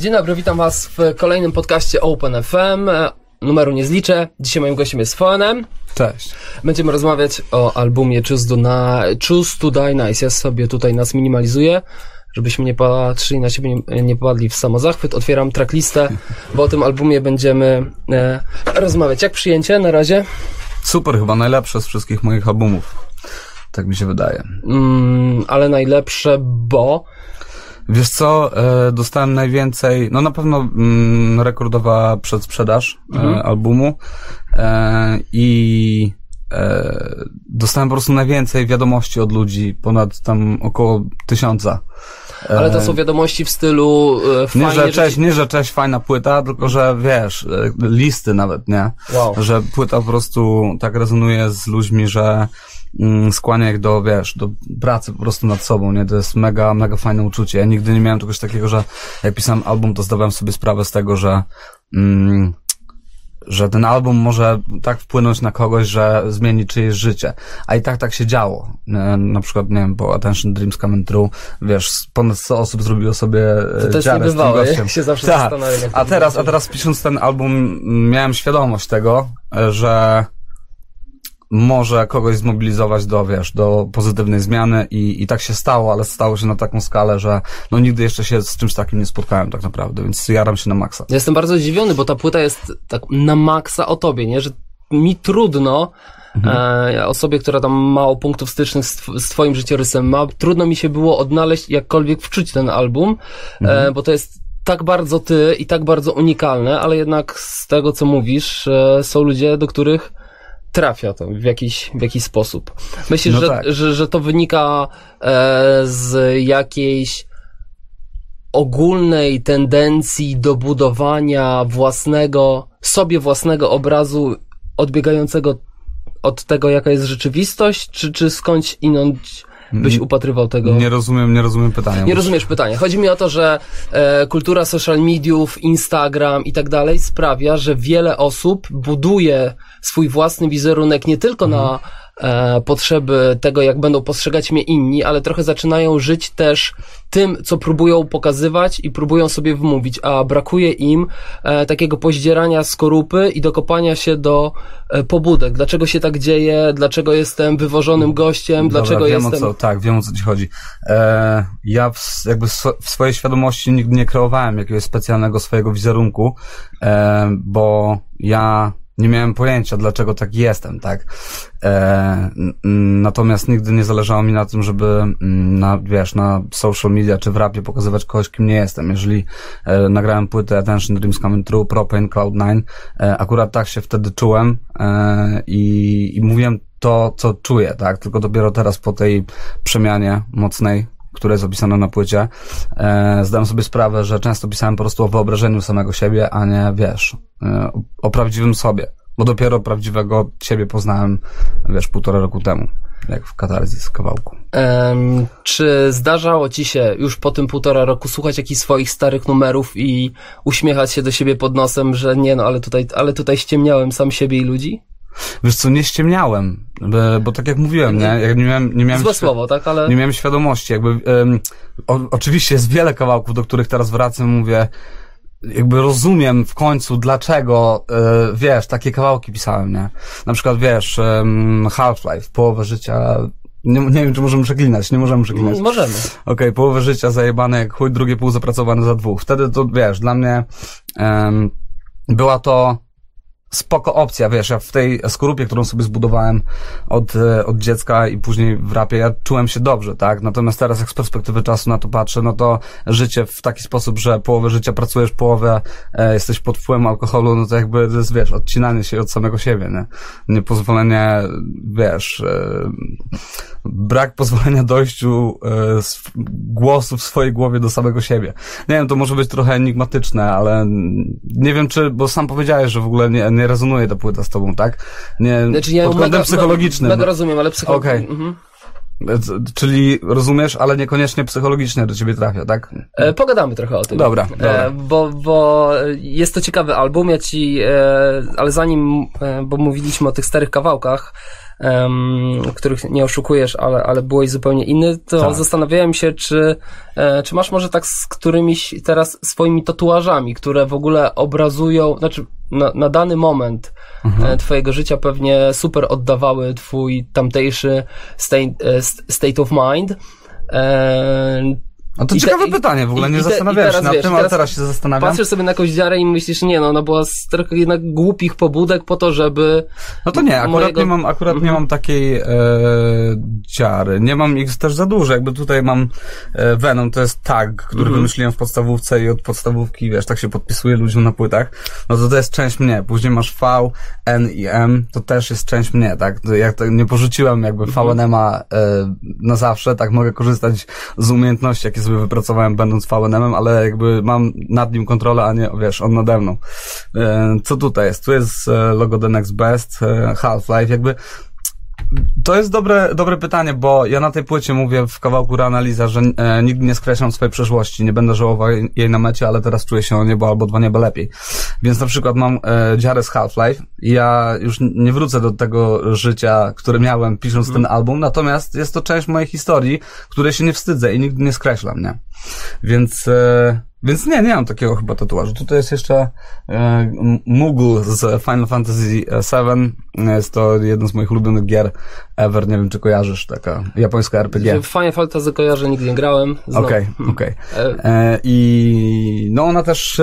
Dzień dobry, witam was w kolejnym podcaście Open FM. Numeru nie zliczę. Dzisiaj moim gościem jest Fonem. Cześć. Będziemy rozmawiać o albumie Choose to Die Nice. Ja sobie tutaj nas minimalizuję, żebyśmy nie patrzyli na siebie, nie popadli w samozachwyt. Otwieram tracklistę, bo o tym albumie będziemy rozmawiać. Jak przyjęcie na razie? Super, chyba najlepsze z wszystkich moich albumów. Tak mi się wydaje. Ale najlepsze, bo... Wiesz co, dostałem najwięcej, no na pewno rekordowa przedsprzedaż albumu i dostałem po prostu najwięcej wiadomości od ludzi, ponad tam około 1000. Ale to są wiadomości w stylu nie, że cześć, fajna płyta, tylko że wiesz, listy nawet, nie? Wow. Że płyta po prostu tak rezonuje z ludźmi, że skłania ich do, wiesz, do pracy po prostu nad sobą, nie? To jest mega, mega fajne uczucie. Ja nigdy nie miałem czegoś takiego, że jak pisałem album, to zdawałem sobie sprawę z tego, że ten album może tak wpłynąć na kogoś, że zmieni czyjeś życie. A i tak się działo. Na przykład, nie wiem, po Attention Dreams Coming True, wiesz, ponad 100 osób zrobiło sobie dziarę z tym gościem. Jak się zawsze zastanawiam. A teraz pisząc ten album miałem świadomość tego, że może kogoś zmobilizować do, wiesz, do pozytywnej zmiany i tak się stało, ale stało się na taką skalę, że no nigdy jeszcze się z czymś takim nie spotkałem tak naprawdę, więc jaram się na maksa. Ja jestem bardzo zdziwiony, bo ta płyta jest tak na maksa o tobie, nie? Że mi trudno, osobie, która tam mało punktów stycznych z twoim życiorysem ma, trudno mi się było odnaleźć, jakkolwiek wczuć ten album, bo to jest tak bardzo ty i tak bardzo unikalne, ale jednak z tego, co mówisz, są ludzie, do których trafia to w jakiś sposób. Myślisz, że to wynika z jakiejś ogólnej tendencji do budowania własnego obrazu odbiegającego od tego, jaka jest rzeczywistość, czy skądś inąd byś upatrywał tego? Nie rozumiem pytania. Nie rozumiesz pytania. Chodzi mi o to, że kultura social mediów, Instagram i tak dalej sprawia, że wiele osób buduje swój własny wizerunek nie tylko na potrzeby tego, jak będą postrzegać mnie inni, ale trochę zaczynają żyć też tym, co próbują pokazywać i próbują sobie wmówić, a brakuje im takiego pozdzierania skorupy i dokopania się do pobudek. Dlaczego się tak dzieje? Dlaczego jestem wywożonym gościem? Dlaczego wiem o co ci chodzi. Ja jakby w swojej świadomości nigdy nie kreowałem jakiegoś specjalnego swojego wizerunku, bo ja nie miałem pojęcia, dlaczego tak jestem, tak? Natomiast nigdy nie zależało mi na tym, żeby na social media czy w rapie pokazywać kogoś, kim nie jestem. Jeżeli nagrałem płytę Attention Dreams Coming True, Propane, Cloud9, akurat tak się wtedy czułem i mówiłem to, co czuję, tak? Tylko dopiero teraz po tej przemianie mocnej, które jest opisane na płycie, zdałem sobie sprawę, że często pisałem po prostu o wyobrażeniu samego siebie, a nie, wiesz, o prawdziwym sobie. Bo dopiero prawdziwego siebie poznałem, wiesz, 1,5 roku temu, jak w Katarzys kawałku. Czy zdarzało ci się już po tym 1,5 roku słuchać jakichś swoich starych numerów i uśmiechać się do siebie pod nosem, że nie no, ale tutaj ściemniałem sam siebie i ludzi? Wiesz co, nie ściemniałem, bo tak jak mówiłem, nie? Jak nie miałem złe słowo, tak? Ale nie miałem świadomości, jakby oczywiście jest wiele kawałków, do których teraz wracam, mówię, jakby rozumiem w końcu, dlaczego, wiesz, takie kawałki pisałem, nie? Na przykład, wiesz, Half-Life, połowę życia, nie wiem, czy możemy przeklinać, nie możemy przeklinać. Możemy. Okej, połowę życia zajebane jak chuj, drugie pół zapracowane za 2. Wtedy to, wiesz, dla mnie była to spoko opcja, wiesz, ja w tej skorupie, którą sobie zbudowałem od dziecka i później w rapie, ja czułem się dobrze, tak? Natomiast teraz jak z perspektywy czasu na to patrzę, no to życie w taki sposób, że połowę życia pracujesz, połowę jesteś pod wpływem alkoholu, no to jakby to jest, wiesz, odcinanie się od samego siebie, nie? Niepozwolenie, wiesz, brak pozwolenia dojściu głosu w swojej głowie do samego siebie. Nie wiem, to może być trochę enigmatyczne, ale nie wiem bo sam powiedziałeś, że w ogóle nie rezonuje ta płyta z tobą, tak? Nie, znaczy, ja pod kątem psychologicznym. Mega rozumiem, ale Okej. Czyli rozumiesz, ale niekoniecznie psychologicznie do ciebie trafia, tak? Pogadamy trochę o tym. Dobra. Bo jest to ciekawy album, ale zanim, bo mówiliśmy o tych starych kawałkach, których nie oszukujesz, ale byłeś zupełnie inny, to tak. Zastanawiałem się, czy masz może tak z którymiś teraz swoimi tatuażami, które w ogóle obrazują, znaczy na dany moment twojego życia pewnie super oddawały twój tamtejszy state of mind. No to ciekawe pytanie, w ogóle nie zastanawiałem się nad tym, ale teraz się zastanawiam. Patrzysz sobie na jakąś dziarę i myślisz, nie no, ona była z trochę jednak głupich pobudek po to, żeby... No to nie, akurat nie mam takiej dziary. Nie mam ich też za dużo, jakby tutaj mam Venom, to jest tag, który wymyśliłem w podstawówce i od podstawówki, wiesz, tak się podpisuje ludziom na płytach. No to jest część mnie. Później masz V, N i M, to też jest część mnie, tak? Jak to nie porzuciłem jakby VNM-a na zawsze, tak mogę korzystać z umiejętności, jakie sobie wypracowałem będąc VNM-em, ale jakby mam nad nim kontrolę, a nie, wiesz, on nade mną. Co tutaj jest? Tu jest logo The Next Best, Half-Life, jakby to jest dobre pytanie, bo ja na tej płycie mówię w kawałku Reanaliza, że nigdy nie skreślam swojej przeszłości, nie będę żałował jej na mecie, ale teraz czuję się o niebo albo dwa nieba lepiej. Więc na przykład mam dziarę z Half-Life i ja już nie wrócę do tego życia, które miałem pisząc ten album, natomiast jest to część mojej historii, której się nie wstydzę i nigdy nie skreślam, nie? Więc nie mam takiego chyba tatuażu. Tutaj jest jeszcze Moogle z Final Fantasy VII. Jest to jeden z moich ulubionych gier ever. Nie wiem, czy kojarzysz, taka japońska RPG. Final Fantasy kojarzę, nigdy nie grałem. Okej. I no ona też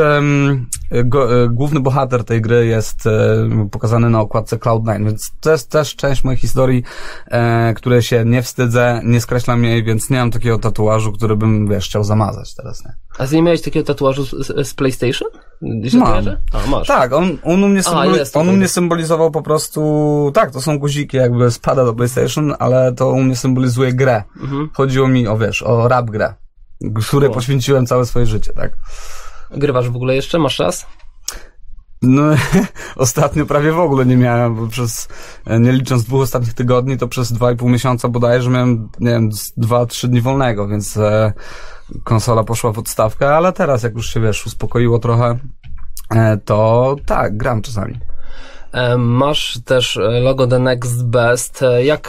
główny bohater tej gry jest pokazany na okładce Cloud9, więc to jest też część mojej historii, której się nie wstydzę, nie skreślam jej, więc nie mam takiego tatuażu, który bym, wiesz, chciał zamazać teraz, nie? A ty nie miałeś takiego tatuażu z PlayStation? Mam. Masz. Tak, on u mnie symbolizował po prostu, tak, to są guziki, jakby spada do PlayStation, ale to u mnie symbolizuje grę. Chodziło mi o rap grę, której poświęciłem całe swoje życie, tak. Grywasz w ogóle jeszcze? Masz czas? No, ostatnio prawie w ogóle nie miałem, bo nie licząc 2 ostatnich tygodni, to przez 2,5 miesiąca bodajże miałem, nie wiem, 2-3 dni wolnego, więc konsola poszła w odstawkę, ale teraz jak już się, wiesz, uspokoiło trochę, to tak, gram czasami. Masz też logo The Next Best.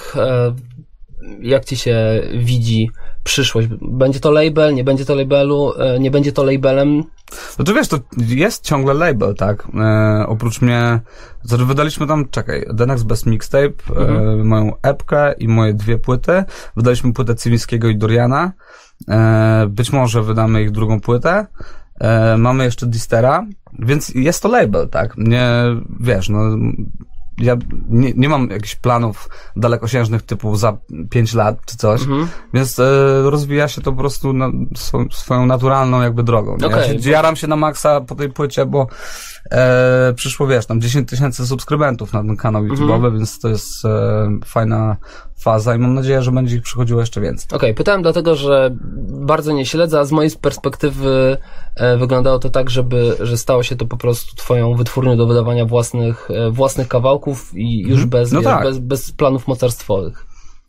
Jak ci się widzi przyszłość? Będzie to label, nie będzie to labelu, nie będzie to labelem? No to wiesz, to jest ciągle label, tak? Oprócz mnie, znaczy wydaliśmy tam, The Next Best Mixtape, moją epkę i moje 2 płyty. Wydaliśmy płytę Cywińskiego i Doriana. Być może wydamy ich drugą płytę. Mamy jeszcze Distera, więc jest to label, tak? Nie, wiesz, no, ja nie mam jakichś planów dalekosiężnych typu za 5 lat czy coś, więc rozwija się to po prostu swoją naturalną jakby drogą. Nie? Okay, ja jaram się na maksa po tej płycie, bo przyszło, wiesz, tam 10 000 subskrybentów na ten kanał YouTube'owy, więc to jest fajna faza i mam nadzieję, że będzie ich przychodziło jeszcze więcej. Okej, pytałem dlatego, że bardzo nie śledzę, a z mojej perspektywy wyglądało to tak, że stało się to po prostu twoją wytwórnią do wydawania własnych kawałków i już bez planów mocarstwowych.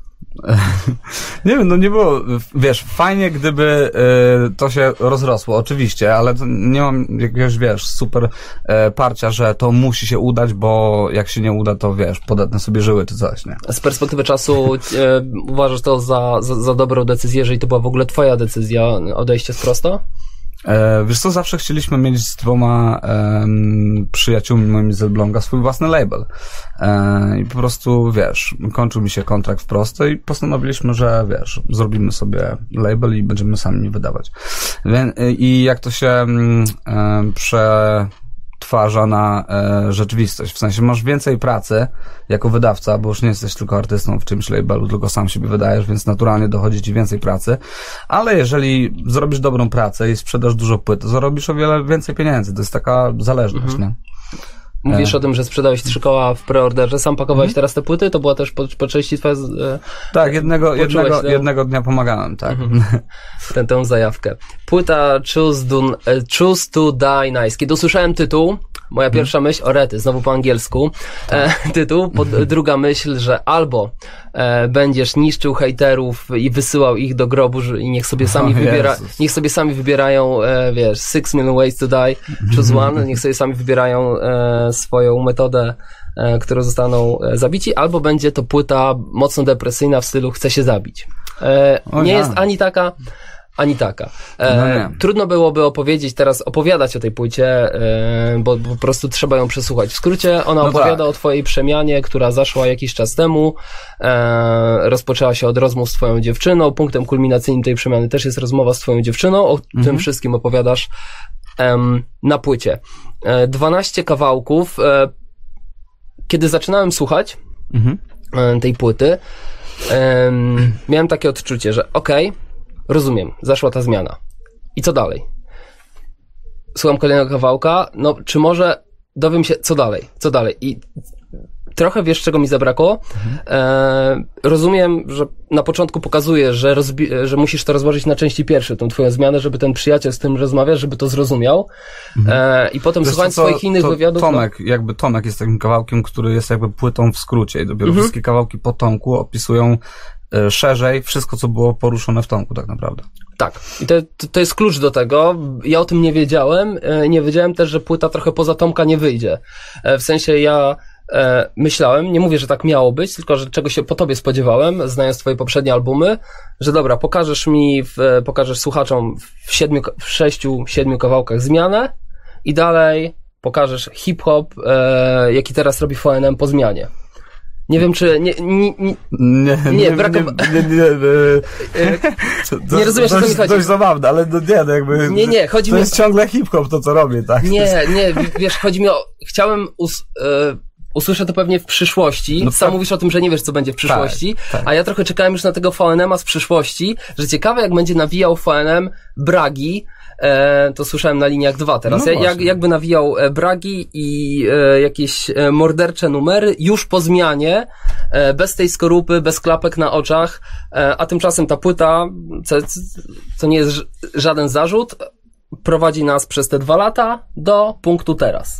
Nie wiem, no nie było, wiesz, fajnie gdyby to się rozrosło, oczywiście, ale to nie mam jakiegoś, wiesz, super parcia, że to musi się udać, bo jak się nie uda, to wiesz, podatne sobie żyły czy coś, nie? Z perspektywy czasu uważasz to za dobrą decyzję, jeżeli to była w ogóle twoja decyzja, odejście z prosto? Wiesz co, zawsze chcieliśmy mieć z 2 przyjaciółmi moimi z Elbląga swój własny label. I po prostu, wiesz, kończył mi się kontrakt w prosto i postanowiliśmy, że, wiesz, zrobimy sobie label i będziemy sami wydawać. I jak to się przetwarza na rzeczywistość. W sensie masz więcej pracy jako wydawca, bo już nie jesteś tylko artystą w czymś labelu, tylko sam siebie wydajesz, więc naturalnie dochodzi ci więcej pracy. Ale jeżeli zrobisz dobrą pracę i sprzedasz dużo płyt, to zarobisz o wiele więcej pieniędzy. To jest taka zależność, nie? Mówisz o tym, że sprzedałeś 3 koła w preorderze, sam pakowałeś teraz te płyty? To była też po części twoja... Tak, jednego dnia pomagałem, tak. Tę zajawkę. Płyta Choose to Die Nice. Kiedy usłyszałem tytuł, moja pierwsza myśl, orety, znowu po angielsku, tytuł, druga myśl, że albo będziesz niszczył hejterów i wysyłał ich do grobu i niech sobie sami wybierają, wiesz, 6 million ways to die, choose one, niech sobie sami wybierają swoją metodę, którą zostaną zabici, albo będzie to płyta mocno depresyjna w stylu chcę się zabić. Nie jest ani taka, ani taka. Trudno byłoby opowiadać o tej płycie, bo po prostu trzeba ją przesłuchać. W skrócie ona opowiada o twojej przemianie, która zaszła jakiś czas temu, rozpoczęła się od rozmów z twoją dziewczyną, punktem kulminacyjnym tej przemiany też jest rozmowa z twoją dziewczyną, o tym wszystkim opowiadasz na płycie. 12 kawałków. Kiedy zaczynałem słuchać tej płyty, miałem takie odczucie, że rozumiem, zaszła ta zmiana. I co dalej? Słucham kolejnego kawałka, czy może dowiem się, co dalej? I trochę wiesz, czego mi zabrakło. Rozumiem, że na początku pokazuje, że musisz to rozłożyć na części pierwsze, tą twoją zmianę, żeby ten przyjaciel, z którym rozmawiasz, żeby to zrozumiał. I potem słuchając swoich innych wywiadów... Tomek jest takim kawałkiem, który jest jakby płytą w skrócie i dopiero wszystkie kawałki po Tomku opisują szerzej wszystko, co było poruszone w Tomku tak naprawdę. Tak. I to jest klucz do tego. Ja o tym nie wiedziałem. Nie wiedziałem też, że płyta trochę poza Tomka nie wyjdzie. W sensie ja myślałem, nie mówię, że tak miało być, tylko że czego się po tobie spodziewałem, znając twoje poprzednie albumy, że dobra, pokażesz słuchaczom w 6-7 kawałkach zmianę i dalej pokażesz hip-hop, jaki teraz robi VNM po zmianie. Nie wiem, czy... Nie rozumiesz, o co mi chodzi. Dość zabawne, ale jakby... Nie, chodzi to mi... To jest ciągle hip-hop, to co robię, tak? Nie, wiesz, chodzi mi o... Chciałem... Usłyszę to pewnie w przyszłości. Sam mówisz o tym, że nie wiesz, co będzie w przyszłości, tak. A ja trochę czekałem już na tego VNM-a z przyszłości, że ciekawe, jak będzie nawijał VNM bragi, to słyszałem na liniach 2 teraz, jakby nawijał bragi i jakieś mordercze numery już po zmianie, bez tej skorupy, bez klapek na oczach, a tymczasem ta płyta, co nie jest żaden zarzut, prowadzi nas przez te 2 lata do punktu teraz.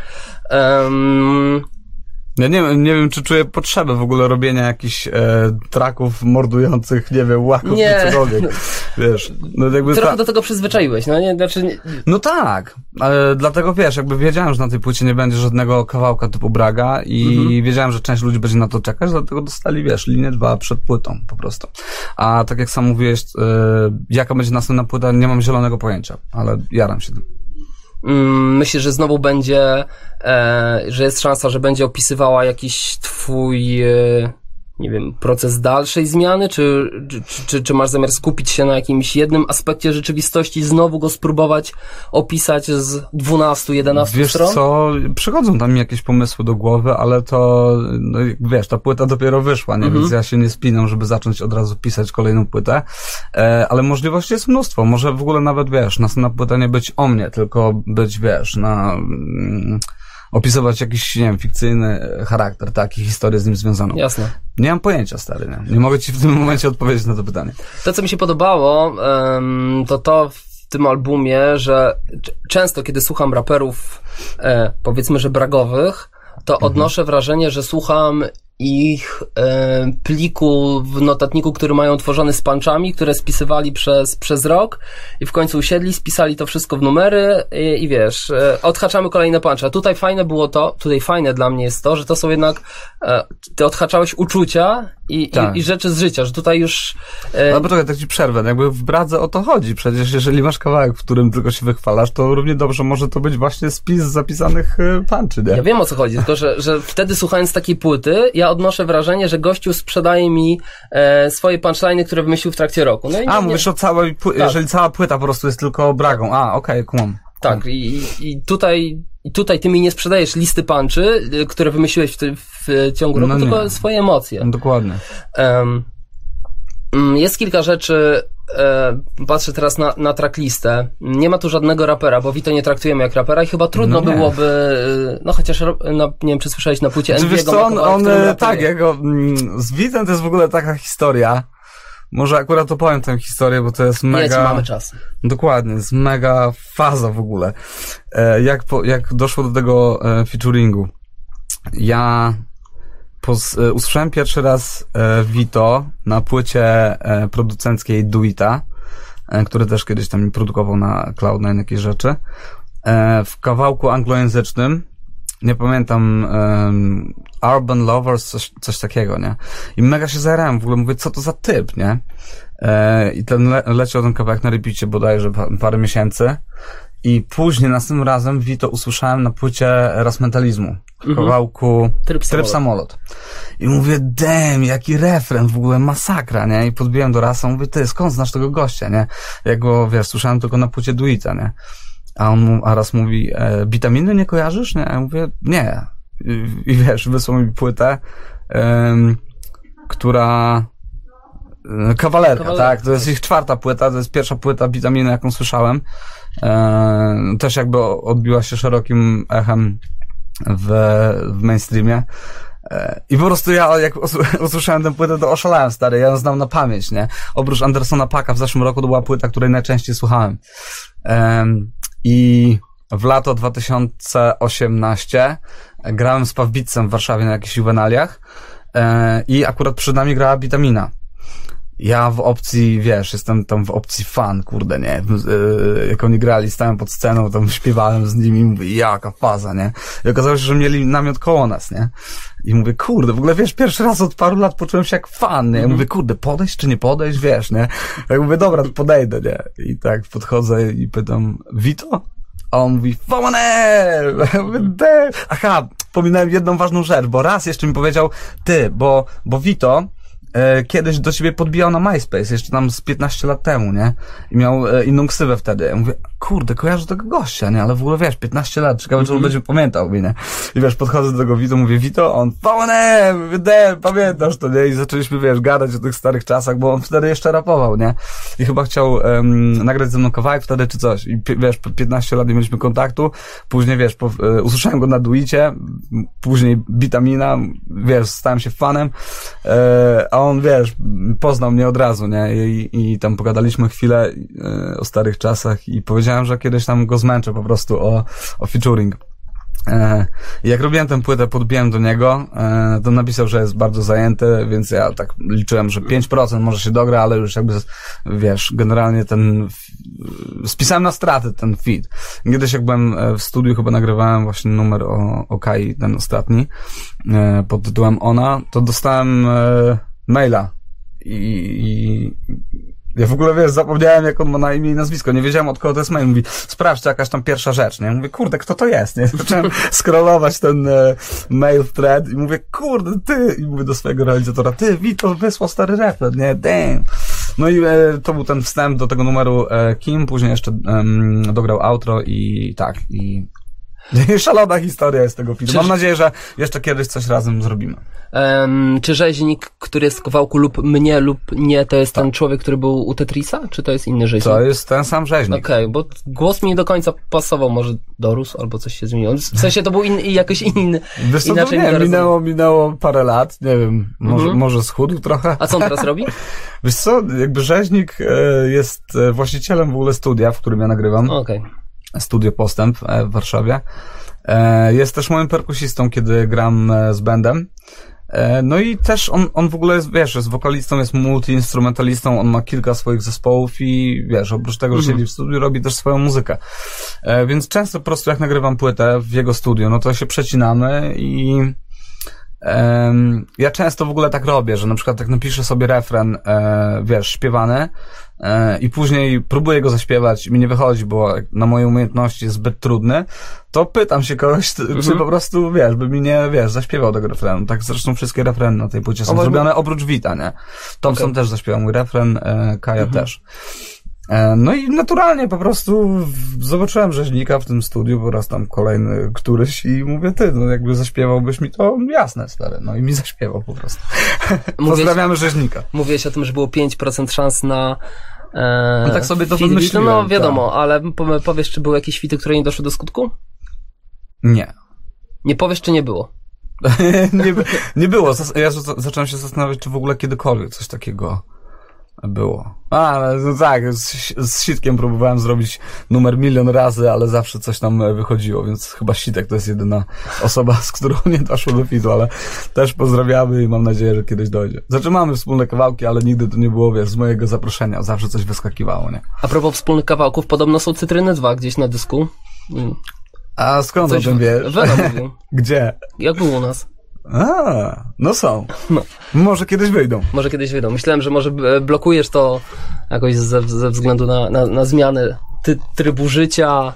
Ja nie wiem, czy czuję potrzebę w ogóle robienia jakichś tracków mordujących, nie wiem, łaków czy cokolwiek. Wiesz, jakby trochę do tego przyzwyczaiłeś, no nie? Znaczy... No tak, ale dlatego wiesz, jakby wiedziałem, że na tej płycie nie będzie żadnego kawałka typu Braga i wiedziałem, że część ludzi będzie na to czekać, dlatego dostali, wiesz, linię 2 przed płytą po prostu. A tak jak sam mówiłeś, jaka będzie następna płyta, nie mam zielonego pojęcia, ale jaram się tym. Myślę, że znowu będzie, że jest szansa, że będzie opisywała jakiś twój, nie wiem, proces dalszej zmiany, czy masz zamiar skupić się na jakimś jednym aspekcie rzeczywistości, znowu go spróbować opisać z 12-11 wiesz stron? Co, przychodzą tam mi jakieś pomysły do głowy, ale to, wiesz, ta płyta dopiero wyszła, nie? Więc ja się nie spinam, żeby zacząć od razu pisać kolejną płytę, ale możliwości jest mnóstwo, może w ogóle nawet, wiesz, następna płyta nie być o mnie, tylko być, wiesz, opisywać jakiś, nie wiem, fikcyjny charakter, tak, i historię z nim związaną. Jasne. Nie mam pojęcia, stary, nie mogę ci w tym momencie odpowiedzieć na to pytanie. To, co mi się podobało, to w tym albumie, że często, kiedy słucham raperów, powiedzmy, że bragowych, to odnoszę wrażenie, że słucham ich pliku w notatniku, który mają tworzony z punchami, które spisywali przez rok i w końcu usiedli, spisali to wszystko w numery i wiesz, odhaczamy kolejne punche. A tutaj fajne dla mnie jest to, że to są jednak ty odhaczałeś uczucia i rzeczy z życia, że tutaj już... No bo tak ci przerwę, jakby w Bradze o to chodzi. Przecież jeżeli masz kawałek, w którym tylko się wychwalasz, to równie dobrze może to być właśnie spis zapisanych punczy, nie? Ja wiem, o co chodzi, tylko że wtedy słuchając takiej płyty, ja odnoszę wrażenie, że gościu sprzedaje mi swoje punchline'y, które wymyślił w trakcie roku. No i mówisz o całej płycie, jeżeli cała płyta po prostu jest tylko bragą. Okej, kumam. Tak, i tutaj ty mi nie sprzedajesz listy punchy, które wymyśliłeś w ciągu roku, tylko swoje emocje. Dokładnie. Jest kilka rzeczy, patrzę teraz na tracklistę. Nie ma tu żadnego rapera, bo Vito nie traktujemy jak rapera i chyba trudno byłoby, chociaż, nie wiem, czy słyszałeś na płycie Wiesz co, tak, z Vitem to jest w ogóle taka historia. Może akurat opowiem tę historię, bo to jest mega... mamy czas. Dokładnie, jest mega faza w ogóle. Jak doszło do tego featuringu. Ja usłyszałem pierwszy raz Vito na płycie producenckiej Duita, który też kiedyś tam mi produkował na Cloud9 jakieś rzeczy. W kawałku anglojęzycznym, nie pamiętam, Urban Lovers, coś takiego, nie? I mega się zajarałem, w ogóle mówię, co to za typ, nie? I leciał ten kawałek na repeacie bodajże parę miesięcy. I później, następnym razem Vito usłyszałem na płycie Raz Mentalizmu. W kawałku Tryb Samolot. I mówię, damn, jaki refren, w ogóle masakra, nie? I podbiłem do Rasa, mówię, ty, skąd znasz tego gościa, nie? Ja go, wiesz, słyszałem tylko na płycie Duita, nie? A Ras mówi, Bitaminy nie kojarzysz? Nie? Ja mówię, nie. I wiesz, wysłał mi płytę, która... Kawalerka, tak? To jest ich 4. płyta, to jest pierwsza płyta Bitaminy, jaką słyszałem. Też jakby odbiła się szerokim echem w mainstreamie. I po prostu ja, jak usłyszałem tę płytę, to oszalałem, stary. Ja ją znam na pamięć, nie? Oprócz Andersona Paaka w zeszłym roku to była płyta, której najczęściej słuchałem. I w lato 2018 grałem z Pawbicem w Warszawie na jakichś juwenaliach i akurat przed nami grała Bitamina. Ja w opcji, wiesz, jestem tam w opcji fan, kurde, nie? Jak oni grali, stałem pod sceną, tam śpiewałem z nimi i mówię, jaka faza, nie? I okazało się, że mieli namiot koło nas, nie? I mówię, kurde, w ogóle, wiesz, pierwszy raz od paru lat poczułem się jak fan, nie? Ja mówię, kurde, podejść czy nie podejść, wiesz, nie? Ja mówię, dobra, to podejdę, nie? I tak podchodzę i pytam, Vito? A on mówi, Famanel! Aha, pominąłem jedną ważną rzecz, bo raz jeszcze mi powiedział, bo Vito kiedyś do ciebie podbijał na MySpace, jeszcze tam z 15 lat temu, nie? I miał inną ksywę wtedy. Ja mówię, kurde, kojarzę tego gościa, nie? Ale w ogóle, wiesz, 15 lat, ciekawe, czy on będzie pamiętał mnie, nie? I wiesz, podchodzę do tego Vito, mówię, Vito, on, pamiętasz to, nie? I zaczęliśmy, wiesz, gadać o tych starych czasach, bo on wtedy jeszcze rapował, nie? I chyba chciał nagrać ze mną kawałek wtedy, czy coś. I wiesz, po 15 lat nie mieliśmy kontaktu, później, wiesz, usłyszałem go na Duicie, później Bitamina, wiesz, stałem się fanem, a on, wiesz, poznał mnie od razu, nie? I tam pogadaliśmy chwilę o starych czasach i powiedziałem, że kiedyś tam go zmęczę po prostu o featuring. I jak robiłem tę płytę, podbiłem do niego, to napisał, że jest bardzo zajęty, więc ja tak liczyłem, że 5% może się dogra, ale już jakby, wiesz, generalnie spisałem na straty ten feat. Kiedyś jak byłem w studiu, chyba nagrywałem właśnie numer o Kai, ten ostatni, pod tytułem Ona, to dostałem maila i ja w ogóle, wiesz, zapomniałem, jak on ma na imię i nazwisko, nie wiedziałem, od kogo to jest mail. Mówi, sprawdź, to jakaś tam pierwsza rzecz, nie? Mówię, kurde, kto to jest, nie? Zacząłem scrollować ten mail thread i mówię, kurde, ty! I mówię do swojego realizatora, ty, Vito, wysłał stary refren, nie? Damn! No i to był ten wstęp do tego numeru Kim, później jeszcze dograł outro i tak, i szalona historia jest tego filmu. Mam nadzieję, że jeszcze kiedyś coś razem zrobimy. Czy rzeźnik, który jest w kawałku lub mnie, lub nie, to jest ten człowiek, który był u Tetrisa? Czy to jest inny rzeźnik? To jest ten sam rzeźnik. Okej, bo głos mi nie do końca pasował, może dorósł, albo coś się zmieniło. W sensie to był jakoś inny. Wiesz co, inaczej nie, minęło parę lat, nie wiem, może schudł trochę. A co on teraz robi? Wiesz co, jakby rzeźnik jest właścicielem w ogóle studia, w którym ja nagrywam. Okej. Studio Postęp w Warszawie. Jest też moim perkusistą, kiedy gram z bandem. No i też on w ogóle jest, wiesz, jest wokalistą, jest multi-instrumentalistą, on ma kilka swoich zespołów i wiesz, oprócz tego, że siedzi w studiu, robi też swoją muzykę. Więc często po prostu jak nagrywam płytę w jego studiu, no to się przecinamy i ja często w ogóle tak robię, że na przykład jak napiszę sobie refren, wiesz, śpiewany i później próbuję go zaśpiewać i mi nie wychodzi, bo na moje umiejętności jest zbyt trudny, to pytam się kogoś, czy po prostu, wiesz, by mi nie, wiesz, zaśpiewał tego refrenu. Tak zresztą wszystkie refreny na tej płycie są zrobione oprócz Vita, nie? Thompson też zaśpiewał mój refren, Kaja też. No i naturalnie po prostu zobaczyłem rzeźnika w tym studiu po raz tam kolejny któryś i mówię, ty, no jakby zaśpiewałbyś mi to, jasne, stary. No i mi zaśpiewał po prostu. Pozdrawiamy rzeźnika. Mówiłeś o tym, że było 5% szans na no tak sobie to fit. wymyśliłem. No wiadomo, tak. ale powiesz, czy były jakieś świty, które nie doszły do skutku? Nie. Nie powiesz, czy nie było? nie było. Ja zacząłem się zastanawiać, czy w ogóle kiedykolwiek coś takiego było. No tak, z Sitkiem próbowałem zrobić numer 1 000 000 razy, ale zawsze coś tam wychodziło, więc chyba Sitek to jest jedyna osoba, z którą nie doszło do fitu, ale też pozdrawiamy i mam nadzieję, że kiedyś dojdzie. Znaczy mamy wspólne kawałki, ale nigdy to nie było, wiesz, z mojego zaproszenia. Zawsze coś wyskakiwało, nie? A propos wspólnych kawałków, podobno są Cytryny 2 gdzieś na dysku. A skąd o tym wiesz? Wena mówił. Gdzie? Jak było u nas? No są. No. Może kiedyś wyjdą. Może kiedyś wyjdą. Myślałem, że może blokujesz to jakoś ze względu na zmiany trybu życia.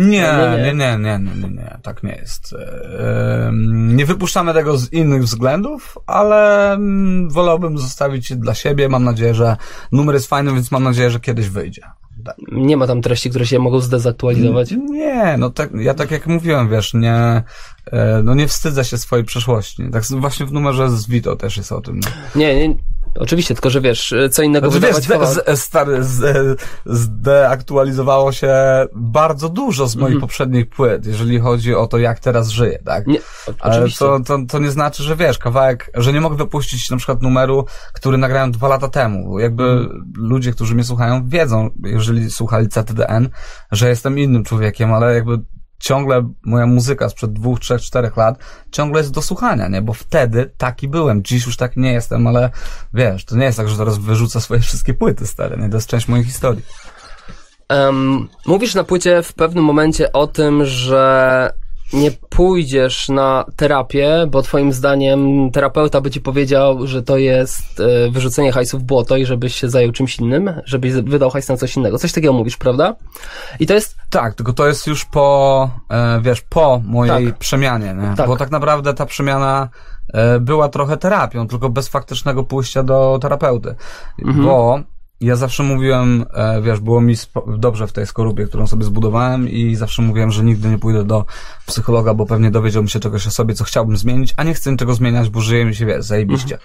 Nie, tak nie jest. Nie wypuszczamy tego z innych względów, ale wolałbym zostawić je dla siebie. Mam nadzieję, że numer jest fajny, więc mam nadzieję, że kiedyś wyjdzie. Tak. Nie ma tam treści, które się mogą zdezaktualizować? Nie, no tak, ja tak jak mówiłem, wiesz, nie wstydzę się swojej przeszłości. Tak właśnie w numerze z Vito też jest o tym. Nie, oczywiście, tylko że wiesz, co innego znaczy, wydawać zdeaktualizowało się bardzo dużo z moich poprzednich płyt, jeżeli chodzi o to, jak teraz żyję, tak? Nie, ale to nie znaczy, że wiesz, kawałek, że nie mogę wypuścić na przykład numeru, który nagrałem 2 lata temu. Jakby ludzie, którzy mnie słuchają, wiedzą, jeżeli słuchali CTDN, że jestem innym człowiekiem, ale jakby ciągle moja muzyka sprzed 2, 3, 4 lat ciągle jest do słuchania, nie? Bo wtedy taki byłem. Dziś już tak nie jestem, ale wiesz, to nie jest tak, że teraz wyrzucę swoje wszystkie płyty stare, nie? To jest część mojej historii. Mówisz na płycie w pewnym momencie o tym, że nie pójdziesz na terapię, bo twoim zdaniem terapeuta by ci powiedział, że to jest wyrzucenie hajsu w błoto i żebyś się zajął czymś innym, żebyś wydał hajs na coś innego. Coś takiego mówisz, prawda? I to jest... Tak, tylko to jest już po mojej przemianie, nie? Tak. Bo tak naprawdę ta przemiana była trochę terapią, tylko bez faktycznego pójścia do terapeuty. Bo ja zawsze mówiłem, wiesz, było mi dobrze w tej skorupie, którą sobie zbudowałem i zawsze mówiłem, że nigdy nie pójdę do psychologa, bo pewnie dowiedziałbym się czegoś o sobie, co chciałbym zmienić, a nie chcę niczego zmieniać, bo żyje mi się, wiesz, zajebiście.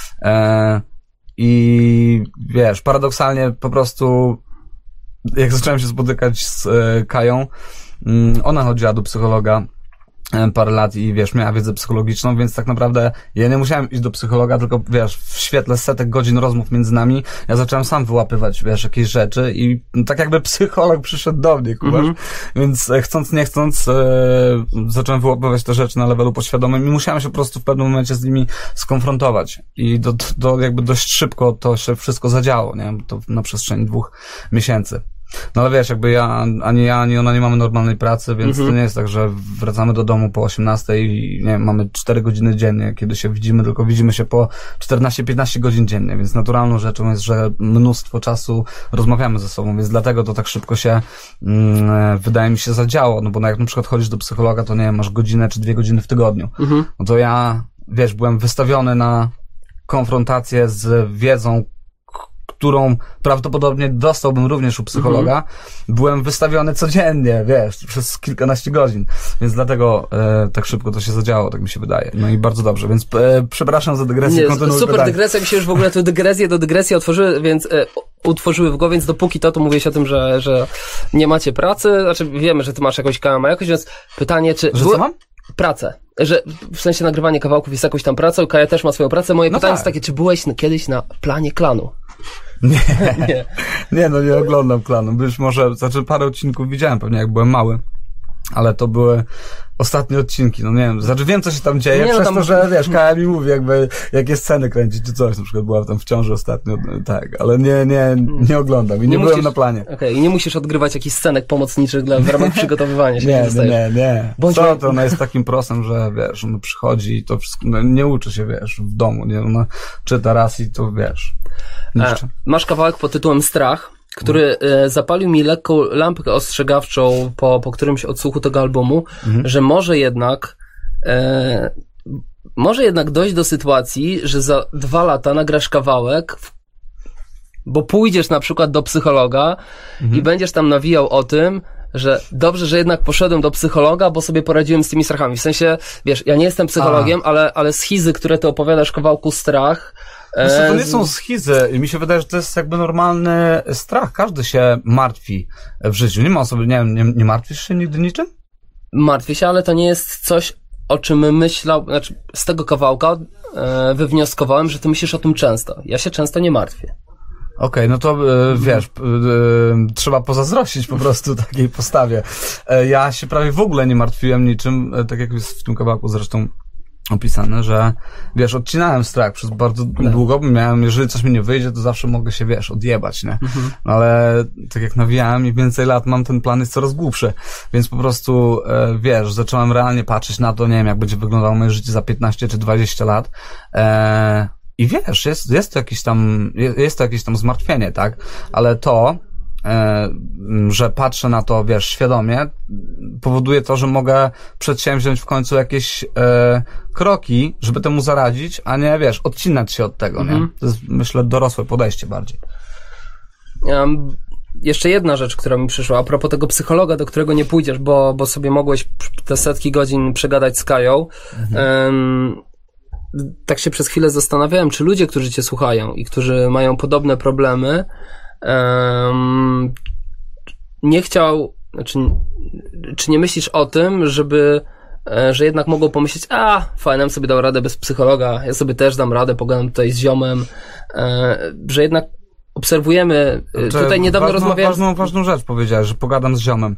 I wiesz, paradoksalnie po prostu jak zacząłem się spotykać z Kają, ona chodziła do psychologa parę lat i wiesz, miała wiedzę psychologiczną, więc tak naprawdę ja nie musiałem iść do psychologa, tylko wiesz, w świetle setek godzin rozmów między nami, ja zacząłem sam wyłapywać, wiesz, jakieś rzeczy i tak jakby psycholog przyszedł do mnie, kubasz, więc chcąc, nie chcąc zacząłem wyłapywać te rzeczy na levelu podświadomym i musiałem się po prostu w pewnym momencie z nimi skonfrontować i jakby dość szybko to się wszystko zadziało, nie? To na przestrzeni 2 miesięcy. No ale wiesz, jakby ani ona nie mamy normalnej pracy, więc to nie jest tak, że wracamy do domu po 18 i nie wiem, mamy 4 godziny dziennie, kiedy się widzimy, tylko widzimy się po 14-15 godzin dziennie, więc naturalną rzeczą jest, że mnóstwo czasu rozmawiamy ze sobą, więc dlatego to tak szybko się wydaje mi się zadziało, no bo jak na przykład chodzisz do psychologa, to nie wiem, masz godzinę czy 2 godziny w tygodniu. No to ja, wiesz, byłem wystawiony na konfrontację z wiedzą, którą prawdopodobnie dostałbym również u psychologa, byłem wystawiony codziennie, wiesz, przez kilkanaście godzin, więc dlatego tak szybko to się zadziało, tak mi się wydaje. No i bardzo dobrze, więc przepraszam za dygresję. Super pytanie. Dygresja, mi się już w ogóle tu dygresję otworzyły, więc utworzyły w głowie, więc dopóki to mówiłeś o tym, że nie macie pracy, znaczy wiemy, że ty masz jakąś jakoś, więc pytanie, czy... Że co mam? Pracę. Że w sensie nagrywanie kawałków jest jakąś tam pracą, Kaja też ma swoją pracę. Moje pytanie jest takie, czy byłeś kiedyś na planie Klanu? Nie, no nie oglądam Klanu. Być może, znaczy parę odcinków widziałem pewnie jak byłem mały, ale to były ostatnie odcinki, no nie wiem, znaczy wiem co się tam dzieje, przez to, że wiesz, Kaja mi mówi jakby, jakie sceny kręcić czy coś, na przykład była tam w ciąży ostatnio, tak, ale nie oglądam i nie byłem na planie. Okej, i nie musisz odgrywać jakichś scenek pomocniczych w ramach przygotowywania się. Nie. To ona jest takim prosem, że wiesz, ona przychodzi i to wszystko, no, nie uczy się, wiesz, w domu, nie, ona czyta raz i to wiesz. Masz kawałek pod tytułem Strach, który zapalił mi lekką lampkę ostrzegawczą po którymś odsłuchu tego albumu, że może jednak dojść do sytuacji, że za 2 lata nagrasz kawałek, Bo pójdziesz na przykład do psychologa i będziesz tam nawijał o tym, że dobrze, że jednak poszedłem do psychologa, bo sobie poradziłem z tymi strachami. W sensie, wiesz, ja nie jestem psychologiem, ale schizy, które ty opowiadasz w kawałku Strach... To nie są schizy. Mi się wydaje, że to jest jakby normalny strach. Każdy się martwi w życiu. Nie ma osoby, nie wiem, nie martwisz się nigdy niczym? Martwię się, ale to nie jest coś, o czym myślał, znaczy z tego kawałka wywnioskowałem, że ty myślisz o tym często. Ja się często nie martwię. Okej, no to wiesz, trzeba pozazdrościć po prostu takiej postawie. Ja się prawie w ogóle nie martwiłem niczym, tak jak jest w tym kawałku zresztą opisane, że wiesz, odcinałem strach przez bardzo długo, miałem, jeżeli coś mi nie wyjdzie, to zawsze mogę się, wiesz, odjebać, nie? Ale tak jak nawijałem, im więcej lat mam, ten plan jest coraz głupszy, więc po prostu, wiesz, zacząłem realnie patrzeć na to, nie wiem, jak będzie wyglądało moje życie za 15 czy 20 lat, i wiesz, jest to jakieś tam zmartwienie, tak? Ale to, że patrzę na to, wiesz, świadomie, powoduje to, że mogę przedsięwziąć w końcu jakieś kroki, żeby temu zaradzić, a nie, wiesz, odcinać się od tego, nie? To jest, myślę, dorosłe podejście bardziej. Jeszcze jedna rzecz, która mi przyszła, a propos tego psychologa, do którego nie pójdziesz, bo sobie mogłeś te setki godzin przegadać z Kają. Tak się przez chwilę zastanawiałem, czy ludzie, którzy cię słuchają i którzy mają podobne problemy, czy nie myślisz o tym, że jednak mogą pomyśleć, fajnie, sobie dał radę bez psychologa, ja sobie też dam radę, pogadam tutaj z ziomem, że jednak obserwujemy, tutaj niedawno rozmawiałem... Ważną rzecz powiedziałeś, że pogadam z ziomem.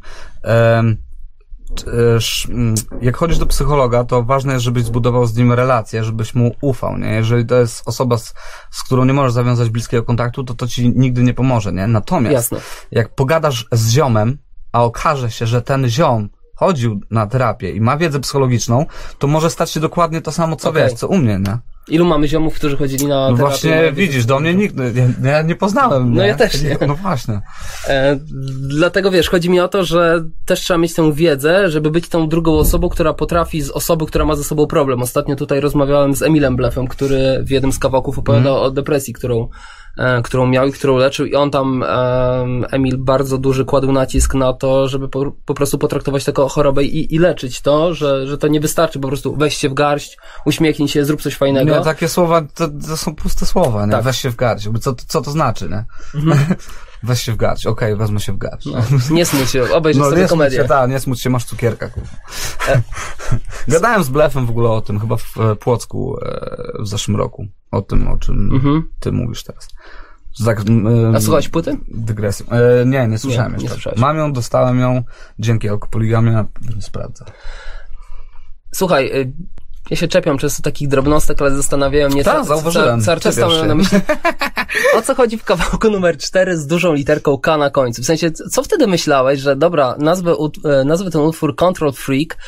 Jak chodzisz do psychologa, to ważne jest, żebyś zbudował z nim relację, żebyś mu ufał, nie? Jeżeli to jest osoba, z którą nie możesz zawiązać bliskiego kontaktu, to ci nigdy nie pomoże, nie? Natomiast jak pogadasz z ziomem, a okaże się, że ten ziom chodził na terapię i ma wiedzę psychologiczną, to może stać się dokładnie to samo, co wiesz, co u mnie, nie? Ilu mamy ziomów, którzy chodzili na terapię? No właśnie, widzisz, do mnie nikt, ja nie poznałem. No ja też nie. No właśnie. Dlatego wiesz, chodzi mi o to, że też trzeba mieć tę wiedzę, żeby być tą drugą osobą, która potrafi z osoby, która ma ze sobą problem. Ostatnio tutaj rozmawiałem z Emilem Blefem, który w jednym z kawałków opowiadał o depresji, którą miał i którą leczył, i on tam, Emil, bardzo duży kładł nacisk na to, żeby po prostu potraktować taką chorobę i leczyć to, że to nie wystarczy po prostu weź się w garść, uśmiechnij się, zrób coś fajnego. Nie, takie słowa, to są puste słowa, nie? Tak. Weź się w garść. Co to znaczy, nie? Weź się w garść. Okej, wezmę się w garść. No, nie smuć się, obejrzyj sobie komedię. Nie smuć się, masz cukierka, kurwa. Gadałem z Blefem w ogóle o tym, chyba w Płocku w zeszłym roku. O tym, o czym ty mówisz teraz. Tak, a słuchałeś płyty? Dygresją. Nie słyszałem jeszcze. Mam ją, dostałem ją, dzięki Alkopoligamia, sprawdzę. Słuchaj, ja się czepiam często takich drobnostek, ale zastanawiają mnie, co artysta ma na myśli. O co chodzi w kawałku numer 4 z dużą literką K na końcu? W sensie, co wtedy myślałeś, że dobra, nazwę ten utwór Control Freak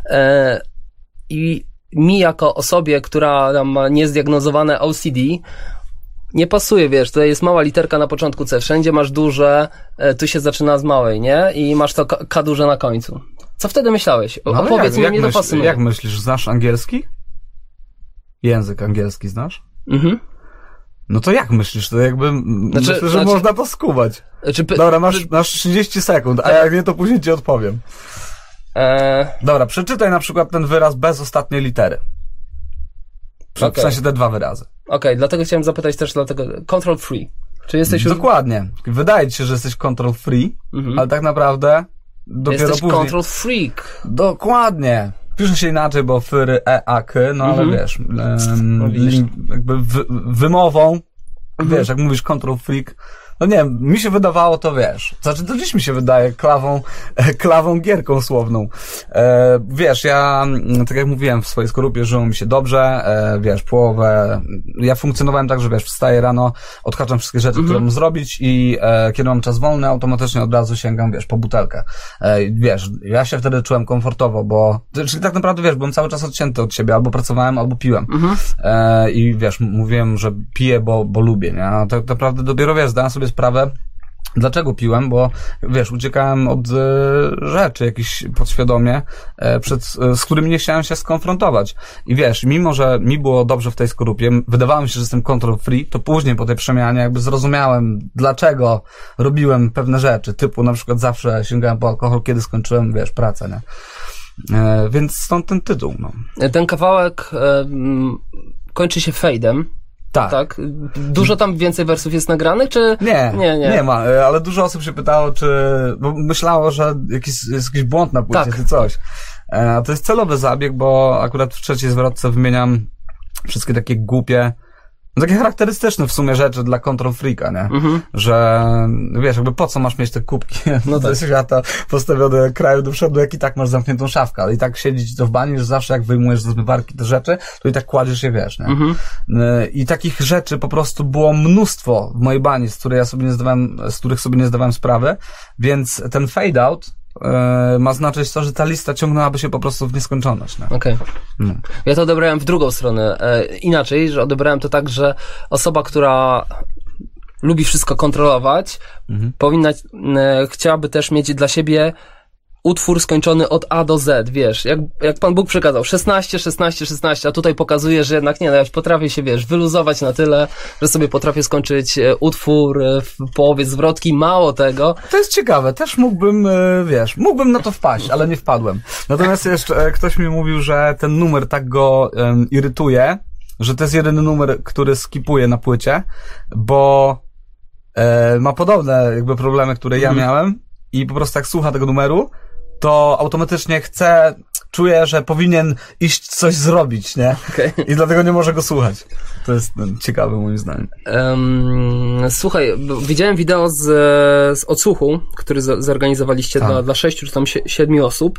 i mi jako osobie, która tam ma niezdiagnozowane OCD, nie pasuje, wiesz, tutaj jest mała literka na początku C, wszędzie masz duże, tu się zaczyna z małej, nie? I masz to K duże na końcu. Co wtedy myślałeś? Opowiedz mi, mnie to fascynuje. Jak myślisz, znasz angielski? Język angielski znasz? No to jak myślisz? To jakby, myślę, że można to skubać. Dobra, masz 30 sekund, a jak nie, to później ci odpowiem. Dobra, przeczytaj na przykład ten wyraz bez ostatniej litery. W sensie te dwa wyrazy. Okej, dlatego chciałem zapytać też control free. Czy jesteś już... Dokładnie. Wydaje ci się, że jesteś control free, ale tak naprawdę dopiero jesteś później... control freak. Dokładnie. Pisze się inaczej, bo fyry, ak, no ale wiesz, jakby wymową, wiesz, jak mówisz control freak, no nie wiem, mi się wydawało to, wiesz, znaczy to dziś mi się wydaje klawą gierką słowną. Wiesz, ja, tak jak mówiłem, w swojej skorupie żyło mi się dobrze, wiesz, połowę, ja funkcjonowałem tak, że wiesz, wstaję rano, odhaczam wszystkie rzeczy, które mam zrobić i kiedy mam czas wolny, automatycznie od razu sięgam, wiesz, po butelkę. Wiesz, ja się wtedy czułem komfortowo, bo, czyli tak naprawdę, wiesz, byłem cały czas odcięty od siebie, albo pracowałem, albo piłem. I wiesz, mówiłem, że piję, bo lubię, nie? A tak naprawdę dopiero, wiesz, zdałem sobie sprawę, Dlaczego piłem? Bo, wiesz, uciekałem od rzeczy jakichś podświadomie, z którymi nie chciałem się skonfrontować. I wiesz, mimo że mi było dobrze w tej skorupie, wydawało mi się, że jestem control free, to później po tej przemianie jakby zrozumiałem, dlaczego robiłem pewne rzeczy, typu na przykład zawsze sięgałem po alkohol, kiedy skończyłem, wiesz, pracę, nie? Więc stąd ten tytuł, no. Ten kawałek kończy się fejdem. Tak. Dużo tam więcej wersów jest nagranych, czy... Nie ma, ale dużo osób się pytało, bo myślało, że jest jakiś błąd na płycie, czy coś. To jest celowy zabieg, bo akurat w trzeciej zwrotce wymieniam wszystkie takie głupie, takie charakterystyczne w sumie rzeczy dla Control Freaka, nie? Że, wiesz, jakby po co masz mieć te kubki do świata postawione kraju do przodu, jak i tak masz zamkniętą szafkę, ale i tak siedzi ci to w bani, że zawsze jak wyjmujesz ze zmywarki te rzeczy, to i tak kładziesz je, wiesz, nie? I takich rzeczy po prostu było mnóstwo w mojej bani, z których sobie nie zdawałem sprawy, więc ten fade out ma znaczyć to, że ta lista ciągnęłaby się po prostu w nieskończoność. Okej. Ja to odebrałem w drugą stronę. Inaczej, że odebrałem to tak, że osoba, która lubi wszystko kontrolować, chciałaby też mieć dla siebie utwór skończony od A do Z, wiesz, jak Pan Bóg przekazał 16, 16, 16, a tutaj pokazuje, że jednak nie, ja potrafię się, wiesz, wyluzować na tyle, że sobie potrafię skończyć utwór w połowie zwrotki, mało tego. To jest ciekawe, też mógłbym na to wpaść, ale nie wpadłem. Natomiast jeszcze ktoś mi mówił, że ten numer tak go irytuje, że to jest jedyny numer, który skipuje na płycie, bo ma podobne jakby problemy, które ja miałem i po prostu jak słucha tego numeru, to automatycznie czuje, że powinien iść coś zrobić, nie? Okay. I dlatego nie może go słuchać. To jest ciekawe moim zdaniem. Słuchaj, widziałem wideo z odsłuchu, który zorganizowaliście dla 6 czy tam 7 osób.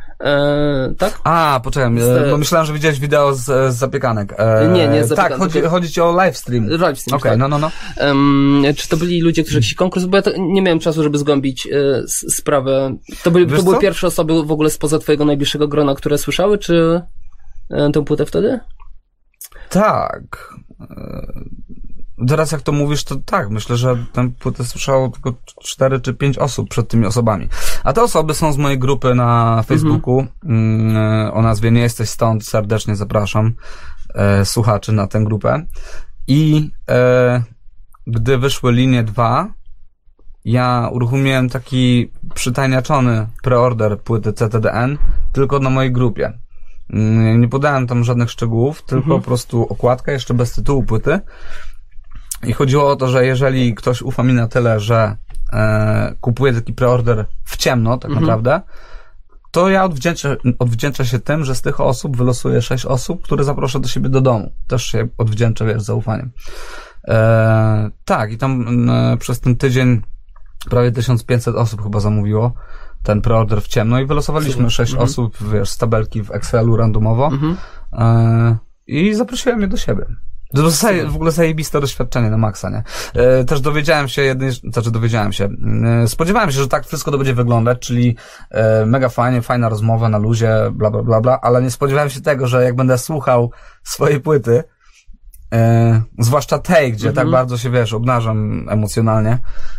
Tak? Poczekaj, bo myślałem, że widziałeś wideo z zapiekanek. Nie z zapiekanek. Tak, chodzi ci o livestream. Okej, no. Czy to byli ludzie, którzy jakiś konkurs, bo ja nie miałem czasu, żeby zgłębić sprawę. To były pierwsze osoby w ogóle spoza twojego najbliższego grona, które słyszały, czy tę płytę wtedy? Tak. Teraz jak to mówisz, to tak, myślę, że tę płytę słyszało tylko 4 czy 5 osób przed tymi osobami. A te osoby są z mojej grupy na Facebooku o nazwie Nie Jesteś Stąd. Serdecznie zapraszam słuchaczy na tę grupę. I gdy wyszły linie 2, ja uruchomiłem taki przytajniaczony preorder płyty CTDN tylko na mojej grupie. Nie podałem tam żadnych szczegółów, tylko po prostu okładkę, jeszcze bez tytułu płyty. I chodziło o to, że jeżeli ktoś ufa mi na tyle, że kupuje taki preorder w ciemno, tak naprawdę, to ja odwdzięczę się tym, że z tych osób wylosuję 6 osób, które zaproszę do siebie do domu. Też się odwdzięczę, wiesz, zaufaniem. Tak, i tam przez ten tydzień prawie 1500 osób chyba zamówiło ten preorder w ciemno i wylosowaliśmy 6 osób, wiesz, z tabelki w Excelu randomowo i zaprosiłem je do siebie. To w ogóle zajebiste doświadczenie na maksa, nie? Też spodziewałem się, że tak wszystko to będzie wyglądać, czyli mega fajna rozmowa na luzie, bla, bla, bla, bla, ale nie spodziewałem się tego, że jak będę słuchał swojej płyty, zwłaszcza tej, gdzie tak bardzo się, wiesz, obnażam emocjonalnie,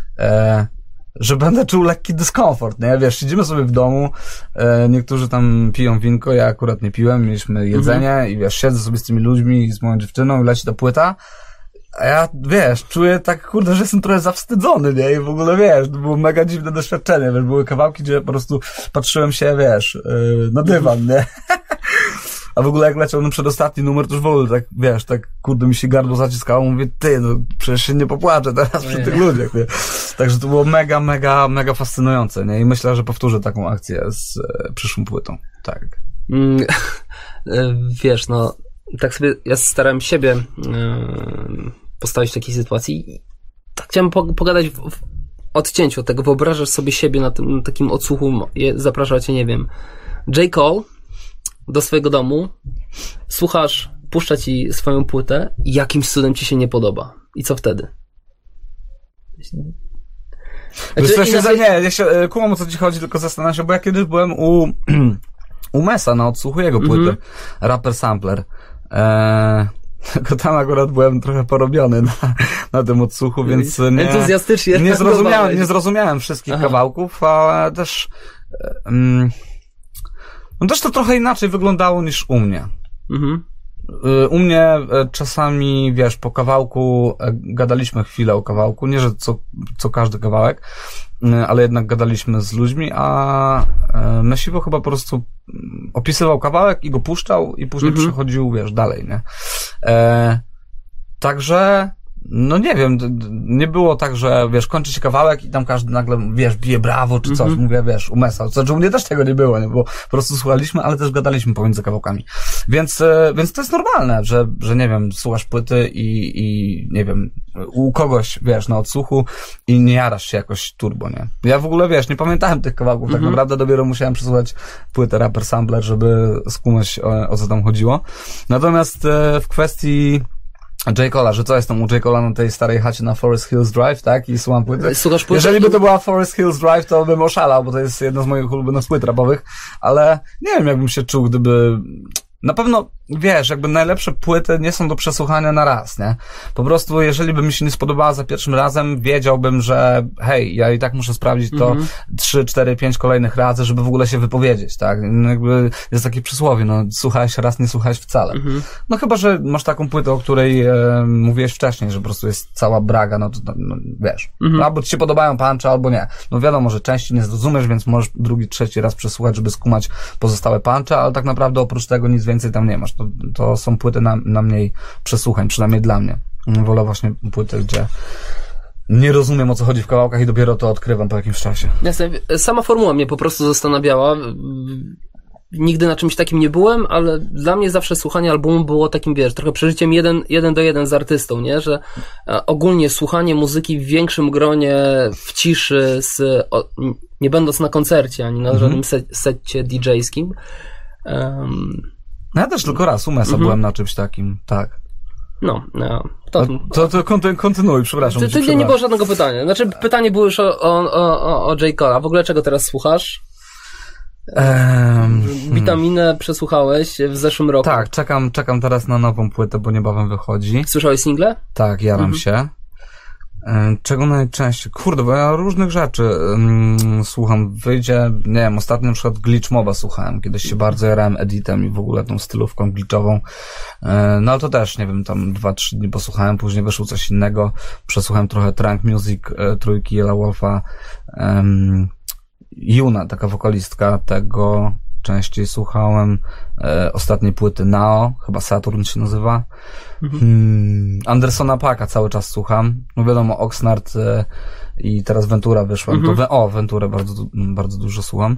że będę czuł lekki dyskomfort, nie? Wiesz, siedzimy sobie w domu, niektórzy tam piją winko, ja akurat nie piłem, mieliśmy jedzenie i wiesz, siedzę sobie z tymi ludźmi, z moją dziewczyną i leci ta płyta, a ja, wiesz, czuję tak, kurde, że jestem trochę zawstydzony, nie? I w ogóle, wiesz, to było mega dziwne doświadczenie, wiesz, były kawałki, gdzie po prostu patrzyłem się, wiesz, na dywan, nie? A w ogóle jak leciał przedostatni numer, to już w ogóle tak, wiesz, tak kurde mi się gardło zaciskało, mówię, przecież się nie popłaczę teraz przy tych ludziach, nie? Także to było mega, mega, mega fascynujące, nie? I myślę, że powtórzę taką akcję z przyszłą płytą, tak. Wiesz, no, tak sobie, ja starałem siebie postawić w takiej sytuacji. Tak chciałem pogadać w odcięciu od tego. Wyobrażasz sobie siebie na tym takim odsłuchu, zaprasza cię, nie wiem, J. Cole do swojego domu, słuchasz, puszcza ci swoją płytę i jakimś cudem ci się nie podoba. I co wtedy? Ja się kumam, o co ci chodzi, tylko zastanawiam się, bo ja kiedyś byłem u Mesa na odsłuchu jego płyty, Rapper Sampler. Tylko tam akurat byłem trochę porobiony na tym odsłuchu, więc entuzjastycznie nie zrozumiałem wszystkich kawałków, ale też no też to trochę inaczej wyglądało niż u mnie. U mnie czasami, wiesz, po kawałku gadaliśmy chwilę o kawałku, nie że co każdy kawałek, ale jednak gadaliśmy z ludźmi, a Mesiwo chyba po prostu opisywał kawałek i go puszczał i później przechodził, wiesz, dalej, nie? Także no nie wiem, nie było tak, że wiesz, kończy się kawałek i tam każdy nagle, wiesz, bije brawo czy coś, mówię, wiesz, umesał. Znaczy u mnie też tego nie było, nie? Bo po prostu słuchaliśmy, ale też gadaliśmy pomiędzy kawałkami. Więc to jest normalne, że nie wiem, słuchasz płyty i nie wiem, u kogoś, wiesz, na odsłuchu i nie jarasz się jakoś turbo, nie? Ja w ogóle, wiesz, nie pamiętałem tych kawałków, tak naprawdę dopiero musiałem przesłuchać płytę Rapper Sampler, żeby skumać o co tam chodziło. Natomiast w kwestii J. Cola, że co jest tam u J. Cola na tej starej chacie na Forest Hills Drive, tak? I słucham płyty. Słuchasz płyty? Jeżeli by to była Forest Hills Drive, to bym oszalał, bo to jest jedna z moich ulubionych płyt rapowych, ale nie wiem, jakbym się czuł, gdyby... Na pewno, wiesz, jakby najlepsze płyty nie są do przesłuchania na raz, nie? Po prostu, jeżeli by mi się nie spodobała za pierwszym razem, wiedziałbym, że hej, ja i tak muszę sprawdzić to 3, 4, 5 kolejnych razy, żeby w ogóle się wypowiedzieć, tak? No jakby jest takie przysłowie, no słuchałeś raz, nie słuchałeś wcale. No chyba, że masz taką płytę, o której mówiłeś wcześniej, że po prostu jest cała braga, no to no, wiesz, albo ci się podobają punche, albo nie. No wiadomo, że części nie zrozumiesz, więc możesz drugi, trzeci raz przesłuchać, żeby skumać pozostałe punche, ale tak naprawdę oprócz tego nic więcej tam nie masz. To są płyty na mniej przesłuchań, przynajmniej dla mnie. Wolę właśnie płyty, gdzie nie rozumiem, o co chodzi w kawałkach i dopiero to odkrywam po jakimś czasie. Jasne. Sama formuła mnie po prostu zastanawiała. Nigdy na czymś takim nie byłem, ale dla mnie zawsze słuchanie albumu było takim, wiesz, trochę przeżyciem 1 do 1 z artystą, nie? Że ogólnie słuchanie muzyki w większym gronie, w ciszy, nie będąc na koncercie, ani na żadnym setcie DJ-skim. No ja też tylko raz u Mesa byłem na czymś takim, tak. No. To kontynuuj, przepraszam. Nie było żadnego pytania. Znaczy, pytanie było już o J. Cola. W ogóle czego teraz słuchasz? Witaminę przesłuchałeś w zeszłym roku. Tak, czekam teraz na nową płytę, bo niebawem wychodzi. Słyszałeś single? Tak, jaram się. Czego najczęściej? Kurde, bo ja różnych rzeczy słucham. Wyjdzie, nie wiem, ostatnio na przykład Glitch Moba słuchałem. Kiedyś się bardzo jarałem editem i w ogóle tą stylówką glitchową. No ale to też, nie wiem, tam 2-3 dni posłuchałem, później wyszło coś innego. Przesłuchałem trochę Trunk Music, trójki Yellow Wolfa. Yuna, taka wokalistka, tego częściej słuchałem. Ostatniej płyty Nao, chyba Saturn się nazywa. Andersona Paaka cały czas słucham. No wiadomo, Oxnard i teraz Ventura wyszła. Venturę bardzo dużo słucham.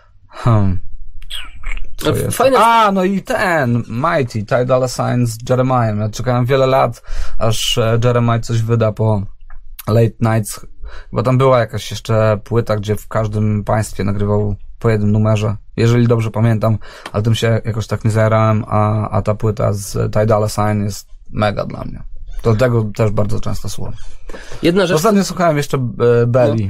Co jest? Fajne... no i ten Mighty, Ty Dolla $ign z Jeremiah. Ja czekałem wiele lat, aż Jeremiah coś wyda po Late Nights. Bo tam była jakaś jeszcze płyta, gdzie w każdym państwie nagrywał po jednym numerze, jeżeli dobrze pamiętam, ale tym się jakoś tak nie zajarałem, a ta płyta z Ty Dolla $ign jest mega dla mnie. To tego też bardzo często słucham. Jedna rzecz... Ostatnio słuchałem jeszcze Belly.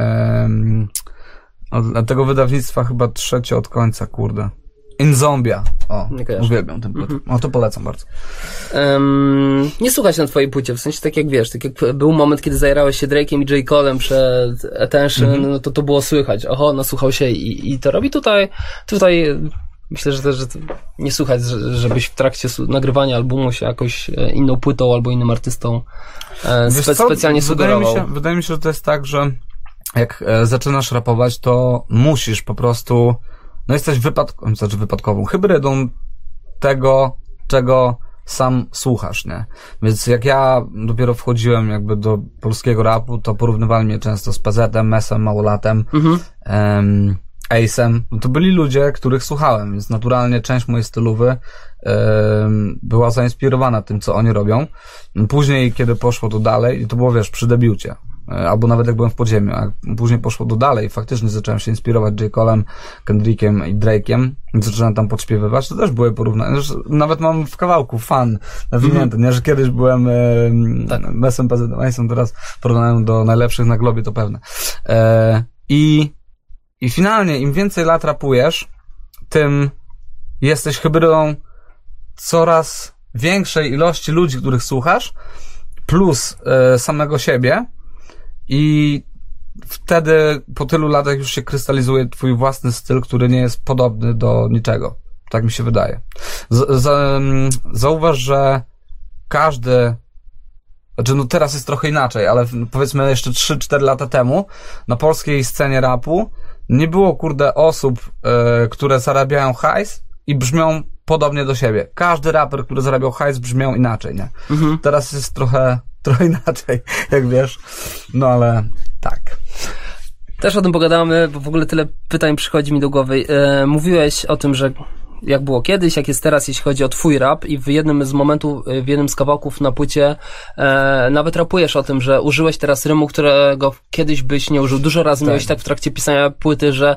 Od tego wydawnictwa chyba trzecie od końca, kurde. In Zombia. Uwielbiam ten płyt. To polecam bardzo. Nie słuchać na twojej płycie, w sensie tak jak wiesz, tak jak był moment, kiedy zajerałeś się Drake'iem i J. Colem przed Attention, no to było słychać. Nasłuchał się i to robi tutaj myślę, że też że nie słuchać, żebyś w trakcie nagrywania albumu się jakoś inną płytą albo innym artystą specjalnie sugerował. Wydaje mi się, że to jest tak, że jak zaczynasz rapować, to musisz po prostu jesteś wypadkową hybrydą tego, czego sam słuchasz, nie? Więc jak ja dopiero wchodziłem jakby do polskiego rapu, to porównywali mnie często z PZ-em, Mesem, Małolatem, Ace'em. To byli ludzie, których słuchałem, więc naturalnie część mojej stylowy była zainspirowana tym, co oni robią. Później, kiedy poszło to dalej, to było, wiesz, przy debiucie. Albo nawet jak byłem w podziemiu, a później poszło do dalej, faktycznie zacząłem się inspirować J. Colem, Kendrickiem i Drake'iem, zacząłem tam podśpiewywać, to też były porównania. Nawet mam w kawałku fan nawinięty, nie, że kiedyś byłem Mesem, PZ-em, teraz porównają do najlepszych na globie, to pewne. I finalnie, im więcej lat rapujesz, tym jesteś hybrydą coraz większej ilości ludzi, których słuchasz, plus samego siebie i wtedy po tylu latach już się krystalizuje twój własny styl, który nie jest podobny do niczego. Tak mi się wydaje. Zauważ, że każdy, znaczy no teraz jest trochę inaczej, ale powiedzmy jeszcze 3-4 lata temu na polskiej scenie rapu nie było, kurde, osób, które zarabiają hajs i brzmią podobnie do siebie. Każdy raper, który zarabiał hajs, brzmiał inaczej, nie? Teraz jest trochę inaczej, jak wiesz. No ale tak. Też o tym pogadamy, bo w ogóle tyle pytań przychodzi mi do głowy. Mówiłeś o tym, że jak było kiedyś, jak jest teraz, jeśli chodzi o twój rap i w jednym z momentów, w jednym z kawałków na płycie nawet rapujesz o tym, że użyłeś teraz rymu, którego kiedyś byś nie użył. Dużo razy miałeś tak w trakcie pisania płyty, że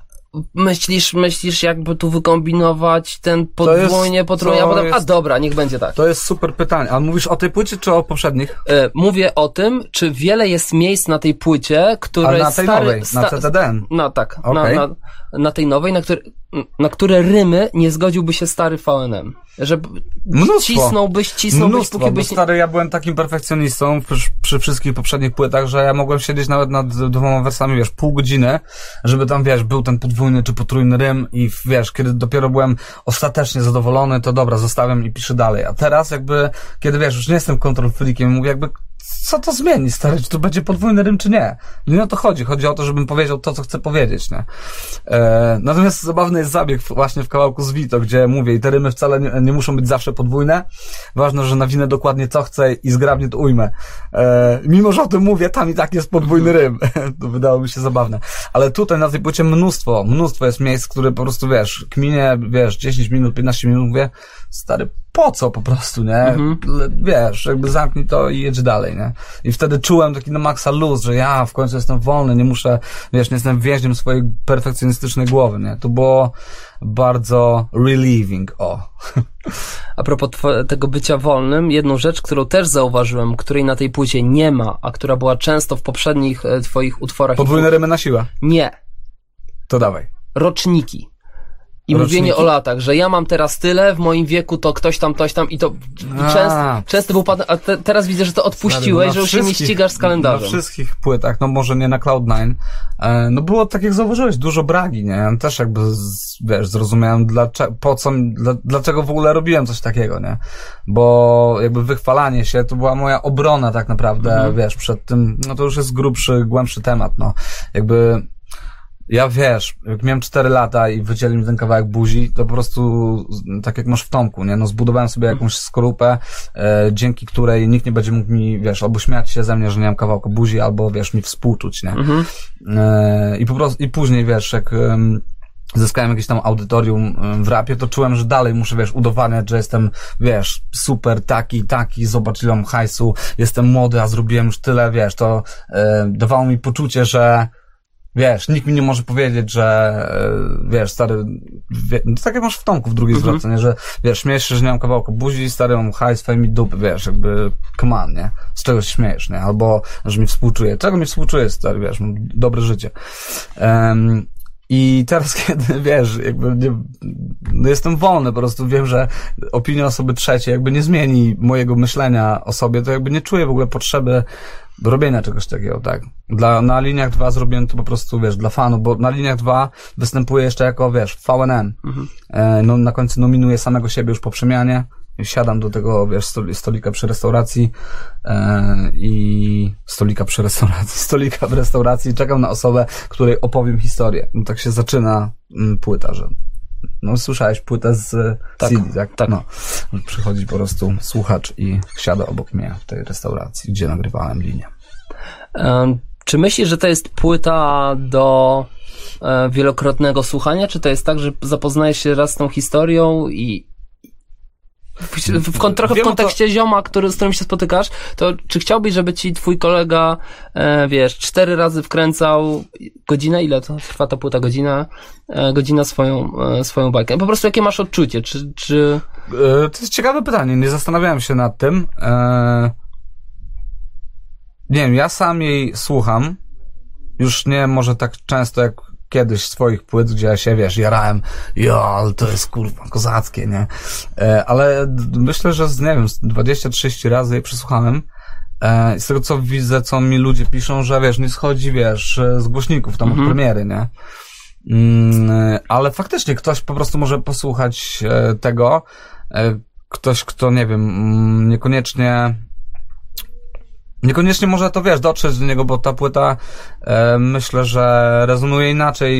myślisz jakby tu wykombinować ten potrójnie, a potem, a dobra, niech będzie tak. To jest super pytanie. A mówisz o tej płycie, czy o poprzednich? Mówię o tym, czy wiele jest miejsc na tej płycie, które... Ale na tej nowej, na CTDN. No tak, okay. na tej nowej, na które rymy nie zgodziłby się stary VNM. Że cisnąłbyś, póki byś... Stary, ja byłem takim perfekcjonistą przy wszystkich poprzednich płytach, że ja mogłem siedzieć nawet nad 2 wersami, wiesz, pół godziny, żeby tam, wiesz, był ten podwójny czy potrójny rym i wiesz, kiedy dopiero byłem ostatecznie zadowolony, to dobra, zostawiam i piszę dalej. A teraz jakby, kiedy wiesz, już nie jestem control freakiem, mówię jakby, co to zmieni, stary, czy to będzie podwójny rym, czy nie? Nie o to chodzi. Chodzi o to, żebym powiedział to, co chcę powiedzieć, nie? Natomiast zabawny jest zabieg właśnie w kawałku z Vito, gdzie mówię, i te rymy wcale nie muszą być zawsze podwójne. Ważne, że nawinę dokładnie co chcę i zgrabnie to ujmę. Mimo, że o tym mówię, tam i tak jest podwójny rym. To wydało mi się zabawne. Ale tutaj na tej płycie mnóstwo jest miejsc, które po prostu, wiesz, kminie, wiesz, 10 minut, 15 minut, mówię, stary, po co po prostu, nie? Wiesz, jakby zamknij to i jedź dalej, nie? I wtedy czułem taki na maksa luz, że ja w końcu jestem wolny, nie muszę, wiesz, nie jestem więźniem swojej perfekcjonistycznej głowy, nie? To było bardzo relieving, A propos tego bycia wolnym, jedną rzecz, którą też zauważyłem, której na tej płycie nie ma, a która była często w poprzednich twoich utworach... Podwójne rymy na siłę? Nie. To dawaj. Roczniki. I mówienie o latach, że ja mam teraz tyle, w moim wieku to ktoś tam i to często był a teraz widzę, że to odpuściłeś, że już się nie ścigasz z kalendarzem. Na wszystkich płytach, no może nie na Cloud9, no było tak jak zauważyłeś, dużo bragi, nie? Ja też jakby, wiesz, zrozumiałem dlaczego w ogóle robiłem coś takiego, nie? Bo jakby wychwalanie się, to była moja obrona tak naprawdę, wiesz, przed tym, no to już jest grubszy, głębszy temat, no. Jakby ja wiesz, jak miałem 4 lata i wycięli mi ten kawałek buzi, to po prostu tak jak masz w Tomku, nie? No zbudowałem sobie jakąś skorupę, dzięki której nikt nie będzie mógł mi, wiesz, albo śmiać się ze mnie, że nie mam kawałka buzi, albo wiesz, mi współczuć, nie? I po prostu, i później wiesz, jak zyskałem jakieś tam audytorium w rapie, to czułem, że dalej muszę, wiesz, udowadniać, że jestem, wiesz, super, taki, zobacz ile mam hajsu, jestem młody, a zrobiłem już tyle, wiesz, to dawało mi poczucie, że wiesz, nikt mi nie może powiedzieć, że wiesz, stary, tak jak masz w Tomku w drugiej zwrotce, nie, że wiesz, śmiejesz się, że nie mam kawałka buzi, stary, mam hajs, fame i dupy, wiesz, jakby come on, nie, z czego się śmiejesz, nie, albo, że mi współczuje, czego mi współczuje, stary, wiesz, mam dobre życie. I teraz, kiedy, wiesz, jakby no jestem wolny, po prostu wiem, że opinia osoby trzeciej jakby nie zmieni mojego myślenia o sobie, to jakby nie czuję w ogóle potrzeby robienia czegoś takiego, tak. Na liniach 2 zrobiłem to po prostu, wiesz, dla fanów, bo na liniach 2 występuję jeszcze jako, wiesz, VNM. No, na końcu nominuję samego siebie już po przemianie. Siadam do tego, wiesz, stolika przy restauracji i stolika w restauracji, czekam na osobę, której opowiem historię. No tak się zaczyna płyta, że no słyszałeś płytę z CD, tak? Tak. No, przychodzi po prostu słuchacz i siada obok mnie w tej restauracji, gdzie nagrywałem linię. Czy myślisz, że to jest płyta do wielokrotnego słuchania, czy to jest tak, że zapoznajesz się raz z tą historią i trochę w kontekście zioma, z którym się spotykasz, to czy chciałbyś, żeby ci twój kolega, wiesz, 4 razy wkręcał godzinę, ile to trwa ta płyta, godzina swoją bajkę? Po prostu jakie masz odczucie? Czy... To jest ciekawe pytanie, nie zastanawiałem się nad tym. Nie wiem, ja sam jej słucham, już nie może tak często jak kiedyś swoich płyt, gdzie ja się, wiesz, jarałem, ale to jest kurwa kozackie, nie? Ale myślę, że nie wiem, 20-30 razy je przesłuchałem. Z tego co widzę, co mi ludzie piszą, że wiesz, nie schodzi, wiesz, z głośników tam od premiery, nie? Ale faktycznie ktoś po prostu może posłuchać tego, ktoś, kto, nie wiem, niekoniecznie może to, wiesz, dotrzeć do niego, bo ta płyta myślę, że rezonuje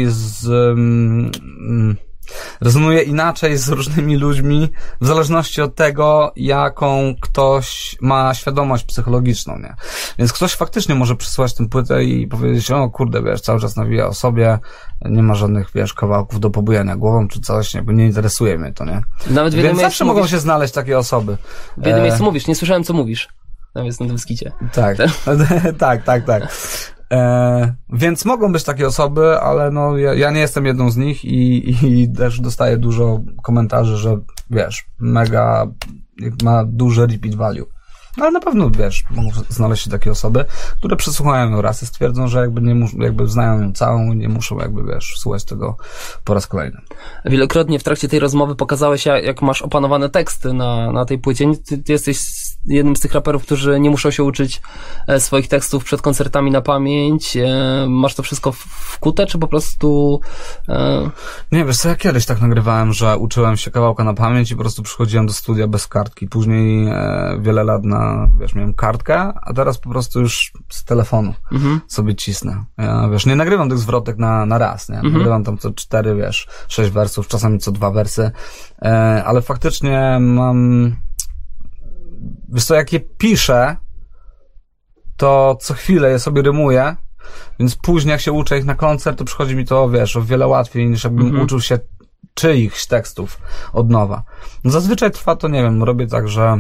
inaczej z różnymi ludźmi, w zależności od tego, jaką ktoś ma świadomość psychologiczną, nie? Więc ktoś faktycznie może przysłać tę płytę i powiedzieć, o kurde, wiesz, cały czas nawija o sobie, nie ma żadnych, wiesz, kawałków do pobujania głową czy coś, nie, bo nie interesuje mnie to, nie? Nawet więc zawsze mogą się znaleźć takie osoby. W jednym miejscu mówisz, nie słyszałem, co mówisz. Tam jest na tym skicie. Tak, tak. Więc mogą być takie osoby, ale no ja nie jestem jedną z nich i też dostaję dużo komentarzy, że wiesz, mega ma duże repeat value. No ale na pewno, wiesz, mogą znaleźć się takie osoby, które przesłuchają ją raz i stwierdzą, że jakby znają ją całą i nie muszą jakby, wiesz, słuchać tego po raz kolejny. Wielokrotnie w trakcie tej rozmowy pokazałeś, jak masz opanowane teksty na tej płycie. Ty jesteś jednym z tych raperów, którzy nie muszą się uczyć swoich tekstów przed koncertami na pamięć. Masz to wszystko wkute, czy po prostu... Nie, wiesz co, ja kiedyś tak nagrywałem, że uczyłem się kawałka na pamięć i po prostu przychodziłem do studia bez kartki. Później wiele lat miałem kartkę, a teraz po prostu już z telefonu sobie cisnę. Ja, wiesz, nie nagrywam tych zwrotek na raz, nie? Nagrywam tam co 4, wiesz, 6 wersów, czasami co 2 wersy, ale faktycznie mam, wiesz co, jak je piszę, to co chwilę je sobie rymuję, więc później jak się uczę ich na koncert, to przychodzi mi to, wiesz, o wiele łatwiej niż jakbym uczył się czyichś tekstów od nowa. No zazwyczaj trwa to, nie wiem, robię tak, że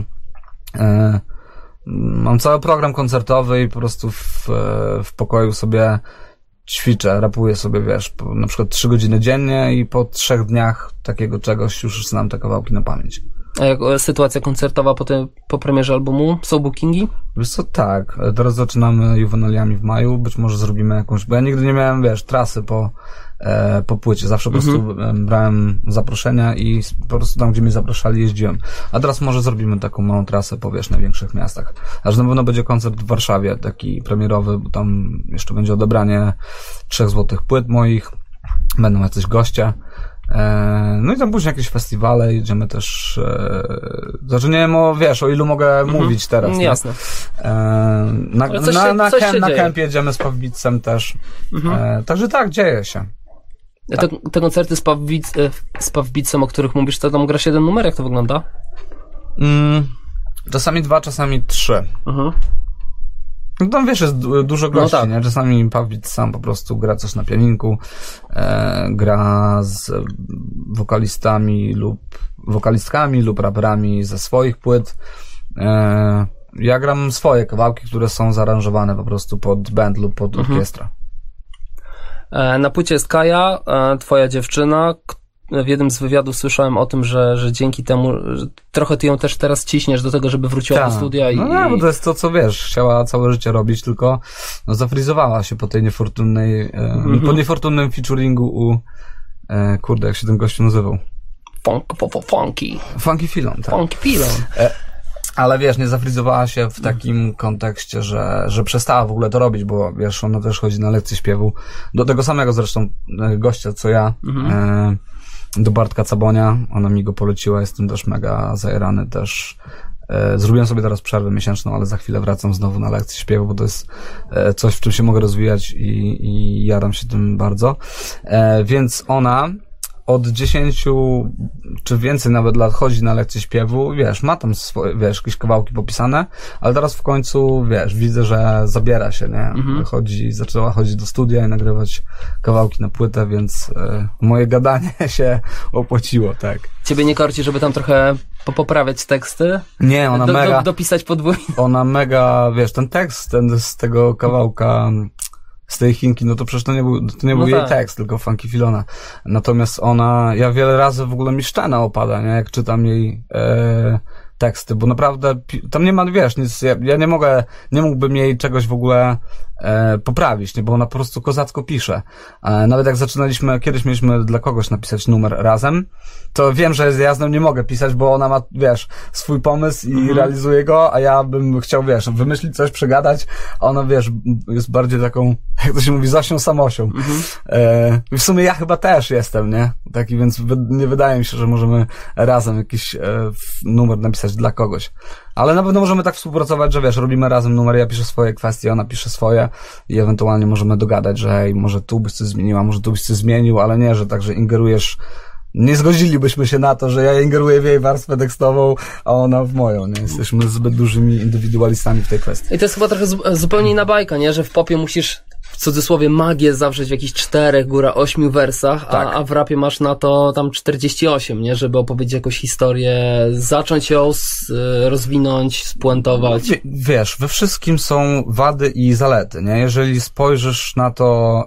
mam cały program koncertowy i po prostu w pokoju sobie ćwiczę, rapuję sobie, wiesz, na przykład 3 godziny dziennie i po 3 dniach takiego czegoś już znam te kawałki na pamięć. A jak sytuacja koncertowa po premierze albumu? Są bookingi? Wiesz co, tak. Teraz zaczynamy Juwenaliami w maju. Być może zrobimy jakąś, bo ja nigdy nie miałem, wiesz, trasy po płycie. Zawsze po prostu brałem zaproszenia i po prostu tam, gdzie mnie zapraszali, jeździłem. A teraz może zrobimy taką małą trasę po, wiesz, największych miastach. Aż na pewno będzie koncert w Warszawie, taki premierowy, bo tam jeszcze będzie odebranie 3 złotych płyt moich. Będą jacyś goście. No i tam później jakieś festiwale, jedziemy też, znaczy nie wiem, o ilu mogę mówić teraz. Jasne. Na kempie jedziemy z Pawbicem też. Także tak, dzieje się. Te koncerty z Pawbicem, o których mówisz, to tam grasz 1 numer, jak to wygląda? Czasami 2, czasami 3. No tam wiesz, jest dużo gości, no tak. Nie? Czasami Pawbic sam po prostu gra coś na pianinku, gra z wokalistkami lub raperami ze swoich płyt. Ja gram swoje kawałki, które są zaaranżowane po prostu pod band lub pod orkiestrę. Na płycie jest Kaja, twoja dziewczyna. W jednym z wywiadów słyszałem o tym, że dzięki temu że trochę ty ją też teraz ciśniesz do tego, żeby wróciła do studia. No bo to jest to, co wiesz, chciała całe życie robić, tylko zafrizowała się po tej niefortunnej, po niefortunnym featuringu u, kurde, jak się ten gościu nazywał? Funky Filon, tak. Funky Filon. Ale wiesz, nie zafrizowała się w takim kontekście, że przestała w ogóle to robić, bo wiesz, ona też chodzi na lekcje śpiewu. Do tego samego zresztą gościa, co ja, do Bartka Cabonia. Ona mi go poleciła, jestem też mega zajarany też. Zrobiłem sobie teraz przerwę miesięczną, ale za chwilę wracam znowu na lekcję śpiewu, bo to jest coś, w czym się mogę rozwijać i jaram się tym bardzo. Więc ona od 10 czy więcej nawet lat chodzi na lekcje śpiewu, wiesz, ma tam swoje, wiesz, jakieś kawałki popisane, ale teraz w końcu, wiesz, widzę, że zabiera się, nie? Zaczęła chodzić do studia i nagrywać kawałki na płytę, więc moje gadanie się opłaciło, tak. Ciebie nie korci, żeby tam trochę poprawiać teksty? Nie, ona mega... Dopisać podwójnie? Ona mega, wiesz, ten tekst, z tego kawałka... Z tej Chinki, no to przecież to nie był jej tekst, tylko Funky Filona. Natomiast ja wiele razy w ogóle mi szczena opada, nie, jak czytam jej teksty, bo naprawdę tam nie ma, wiesz, nic, ja nie mógłbym jej czegoś w ogóle poprawić, nie? Bo ona po prostu kozacko pisze. Nawet jak zaczynaliśmy, kiedyś mieliśmy dla kogoś napisać numer razem, to wiem, że ja z nią nie mogę pisać, bo ona ma, wiesz, swój pomysł i realizuje go, a ja bym chciał, wiesz, wymyślić coś, przegadać, a ona, wiesz, jest bardziej taką, jak to się mówi, Zosią Samosią. W sumie ja chyba też jestem, nie? Taki, więc nie wydaje mi się, że możemy razem jakiś numer napisać dla kogoś. Ale na pewno możemy tak współpracować, że wiesz, robimy razem numer, ja piszę swoje kwestie, ona pisze swoje i ewentualnie możemy dogadać, że hej, może tu byś coś zmieniła, może tu byś coś zmienił, ale nie, że tak, że ingerujesz. Nie zgodzilibyśmy się na to, że ja ingeruję w jej warstwę tekstową, a ona w moją, nie? Jesteśmy zbyt dużymi indywidualistami w tej kwestii. I to jest chyba trochę zupełnie inna bajka, nie? Że w popie musisz w cudzysłowie magię zawrzeć w jakichś 4, góra 8 wersach, tak. a w rapie masz na to tam 48, nie? Żeby opowiedzieć jakąś historię, zacząć ją rozwinąć, spuentować. Wiesz, we wszystkim są wady i zalety, nie? Jeżeli spojrzysz na to,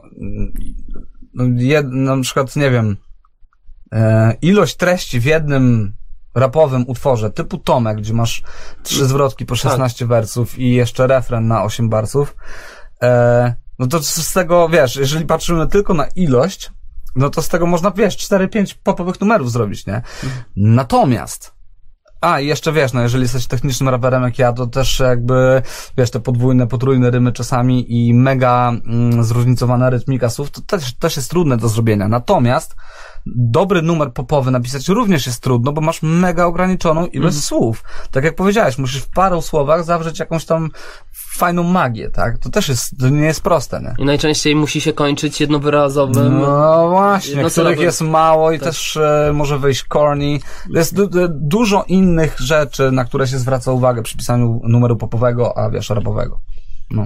na przykład, nie wiem, ilość treści w jednym rapowym utworze, typu Tomek, gdzie masz 3 zwrotki po 16 wersów i jeszcze refren na 8 barsów, no to z tego, wiesz, jeżeli patrzymy tylko na ilość, no to z tego można, wiesz, 4-5 popowych numerów zrobić, nie? Natomiast, i jeszcze wiesz, no jeżeli jesteś technicznym raperem jak ja, to też jakby, wiesz, te podwójne, potrójne rymy czasami i mega zróżnicowana rytmika słów, to też jest trudne do zrobienia. Natomiast dobry numer popowy napisać również jest trudno, bo masz mega ograniczoną ilość słów. Tak jak powiedziałeś, musisz w paru słowach zawrzeć jakąś tam fajną magię, tak? To nie jest proste, nie? I najczęściej musi się kończyć jednowyrazowym. No właśnie, których jest mało i też może wyjść corny. Jest dużo innych rzeczy, na które się zwraca uwagę przy pisaniu numeru popowego, a wiesz, rapowego. No.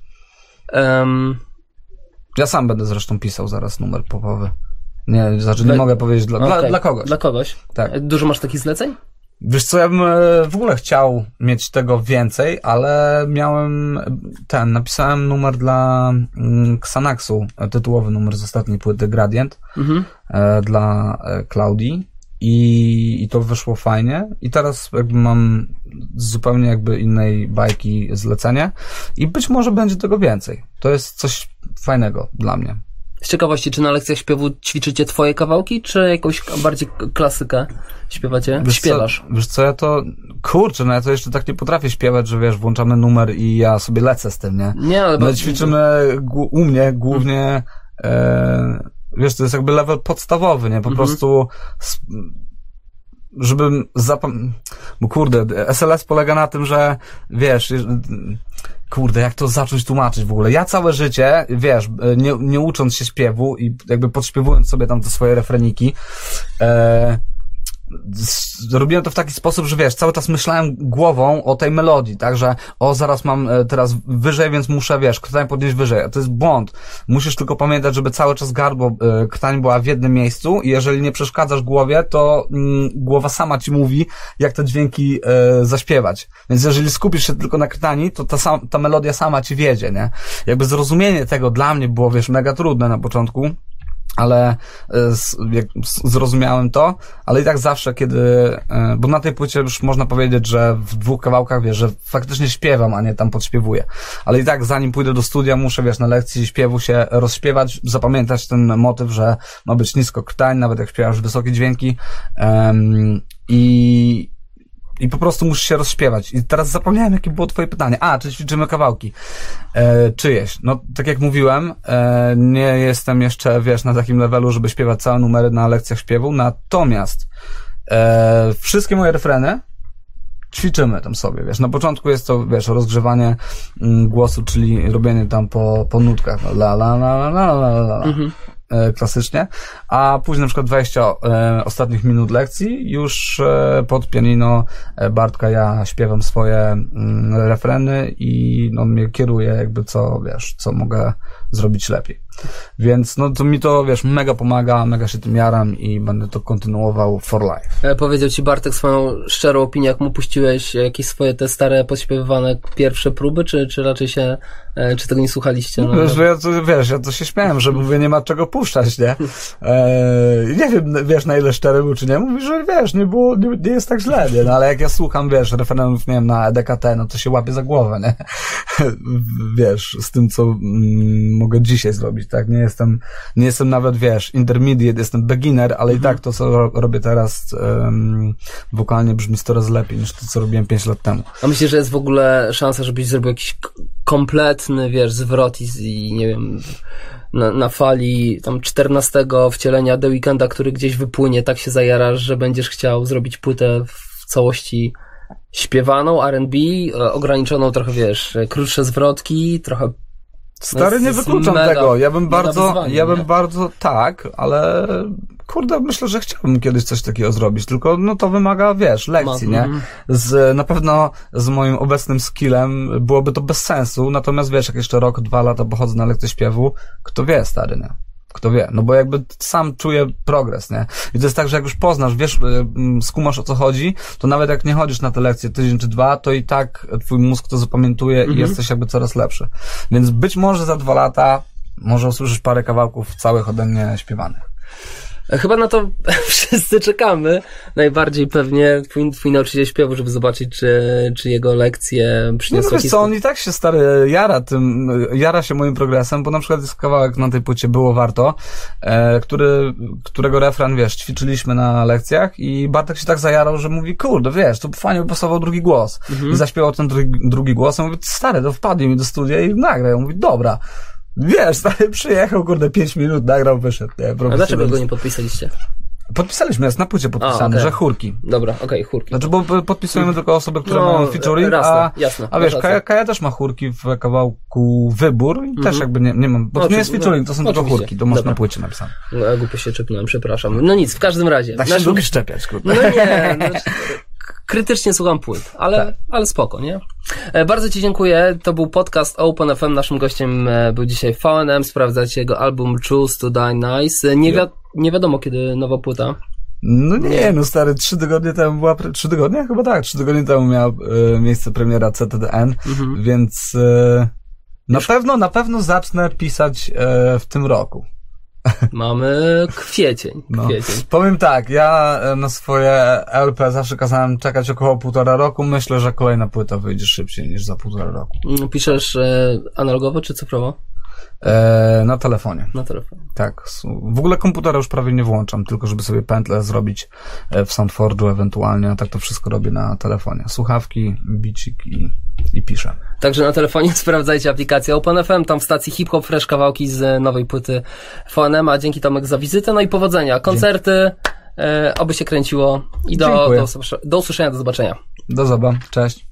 Ja sam będę zresztą pisał zaraz numer popowy. Nie, znaczy nie mogę powiedzieć dla kogoś. Dla kogoś? Tak. Dużo masz takich zleceń? Wiesz co, ja bym w ogóle chciał mieć tego więcej, ale napisałem numer dla Xanaxu, tytułowy numer z ostatniej płyty Gradient, dla Klaudii i to wyszło fajnie i teraz jakby mam zupełnie jakby innej bajki zlecenie i być może będzie tego więcej. To jest coś fajnego dla mnie. Z ciekawości, czy na lekcjach śpiewu ćwiczycie twoje kawałki, czy jakąś bardziej klasykę śpiewacie? Śpiewasz? Wiesz co, ja to jeszcze tak nie potrafię śpiewać, że wiesz, włączamy numer i ja sobie lecę z tym, nie? Nie, ale... My ćwiczymy u mnie głównie, wiesz, to jest jakby level podstawowy, nie? Po prostu żebym bo kurde, SLS polega na tym, że wiesz, kurde, jak to zacząć tłumaczyć w ogóle? Ja całe życie, wiesz, nie ucząc się śpiewu i jakby podśpiewując sobie tam te swoje refreniki, robiłem to w taki sposób, że wiesz, cały czas myślałem głową o tej melodii, tak, że zaraz mam teraz wyżej, więc muszę, wiesz, krtań podnieść wyżej, a to jest błąd. Musisz tylko pamiętać, żeby cały czas gardło, krtań była w jednym miejscu i jeżeli nie przeszkadzasz głowie, to głowa sama ci mówi, jak te dźwięki zaśpiewać. Więc jeżeli skupisz się tylko na krtani, to ta melodia sama ci wiedzie, nie? Jakby zrozumienie tego dla mnie było, wiesz, mega trudne na początku, ale zrozumiałem to, ale i tak zawsze, bo na tej płycie już można powiedzieć, że w 2 kawałkach, wiesz, że faktycznie śpiewam, a nie tam podśpiewuję. Ale i tak zanim pójdę do studia, muszę, wiesz, na lekcji śpiewu się rozśpiewać, zapamiętać ten motyw, że ma być nisko krtań, nawet jak śpiewasz wysokie dźwięki, i po prostu musisz się rozśpiewać. I teraz zapomniałem, jakie było twoje pytanie. Czy ćwiczymy kawałki? Czyjeś? No, tak jak mówiłem, nie jestem jeszcze, wiesz, na takim levelu, żeby śpiewać całe numery na lekcjach śpiewu, natomiast wszystkie moje refreny ćwiczymy tam sobie, wiesz. Na początku jest to, wiesz, rozgrzewanie głosu, czyli robienie tam po nutkach. La, la, la, la, la, la, la. Klasycznie, a później na przykład 20 ostatnich minut lekcji już pod pianino Bartka ja śpiewam swoje refreny i on mnie kieruje jakby co, wiesz, co mogę zrobić lepiej. Więc no to mi to, wiesz, mega pomaga, mega się tym jaram i będę to kontynuował for life. Powiedział ci Bartek swoją szczerą opinię, jak mu puściłeś jakieś swoje te stare, podśpiewywane pierwsze próby, czy raczej się, czy tego nie słuchaliście? No, ja to się śmiałem, że mówię, nie ma czego puszczać, nie? Nie wiem, wiesz, na ile szczery był, czy nie. Mówi, że wiesz, nie jest tak źle, nie? No ale jak ja słucham, wiesz, referendów, nie wiem, na EDKT, no to się łapię za głowę, nie? Wiesz, z tym, co mogę dzisiaj zrobić, tak? Nie jestem nawet, wiesz, intermediate, jestem beginner, ale i tak to, co robię teraz wokalnie brzmi 100 razy lepiej niż to, co robiłem 5 lat temu. A myślisz, że jest w ogóle szansa, żebyś zrobił jakiś kompletny, wiesz, zwrot i nie wiem, na fali tam 14 wcielenia The Weekenda, który gdzieś wypłynie, tak się zajarasz, że będziesz chciał zrobić płytę w całości śpiewaną, R&B, ograniczoną trochę, wiesz, krótsze zwrotki, trochę... Stary, nie wykluczam tego. Ja bym bardzo, tak, ale kurde, myślę, że chciałbym kiedyś coś takiego zrobić, tylko no to wymaga, wiesz, lekcji, nie? Na pewno z moim obecnym skillem byłoby to bez sensu, natomiast wiesz, jak jeszcze rok, 2 lata pochodzę na lekcję śpiewu, kto wie, stary, nie? Kto wie, no bo jakby sam czuję progres, nie? I to jest tak, że jak już poznasz, wiesz, skumasz o co chodzi, to nawet jak nie chodzisz na te lekcje tydzień czy 2, to i tak twój mózg to zapamiętuje i jesteś jakby coraz lepszy. Więc być może za 2 lata może usłyszysz parę kawałków całych ode mnie śpiewanych. Chyba na to wszyscy czekamy. Najbardziej pewnie twój nauczyciel śpiewu, żeby zobaczyć, czy jego lekcje przyniosły jakiś... on i tak się stary jara się moim progresem, bo na przykład jest kawałek na tej płycie Było Warto, którego refren, wiesz, ćwiczyliśmy na lekcjach i Bartek się tak zajarał, że mówi, kurde, wiesz, to fajnie by pasował drugi głos. I zaśpiewał ten drugi głos, a mówi, stary, to wpadnie mi do studia i nagraj. On mówi, dobra. Wiesz, stary, przyjechał, kurde, 5 minut, nagrał, wyszedł. A dlaczego go nie podpisaliście? Podpisaliśmy, jest na płycie podpisane, że chórki. Dobra, okej, chórki. Znaczy, bo podpisujemy tylko osoby, które mają featuring, jasne, a wiesz, Kaja też ma chórki w kawałku Wybór i też jakby nie mam, bo to nie jest featuring, to są tylko chórki, to masz na płycie napisane. Ja głupio się czepnąłem, przepraszam. No nic, w każdym razie. Tak się lubisz czepiać, kurde. No nie, krytycznie słucham płyt, ale spoko, nie? Bardzo ci dziękuję. To był podcast Open FM. Naszym gościem był dzisiaj VNM. Sprawdzajcie jego album Choose to Die Nice. Nie wiadomo, kiedy nowa płyta. No nie, no stary, 3 tygodnie temu była... 3 tygodnie? Chyba tak. 3 tygodnie temu miała miejsce premiera CTDN, więc na pewno zacznę pisać w tym roku. Mamy kwiecień. Powiem tak, ja na swoje LP zawsze kazałem czekać około 1,5 roku. Myślę, że kolejna płyta wyjdzie szybciej niż za 1,5 roku. Piszesz analogowo czy cyfrowo? Na telefonie. Na telefonie. Tak. W ogóle komputera już prawie nie włączam, tylko żeby sobie pętlę zrobić w SoundForge'u ewentualnie, a tak to wszystko robię na telefonie. Słuchawki, bicik i piszę. Także na telefonie sprawdzajcie aplikację OpenFM, tam w stacji Hip Hop Fresh kawałki z nowej płyty VNM-a. Dzięki Tomek za wizytę, no i powodzenia. Koncerty, oby się kręciło i do usłyszenia, do zobaczenia. Do zobaczenia, cześć.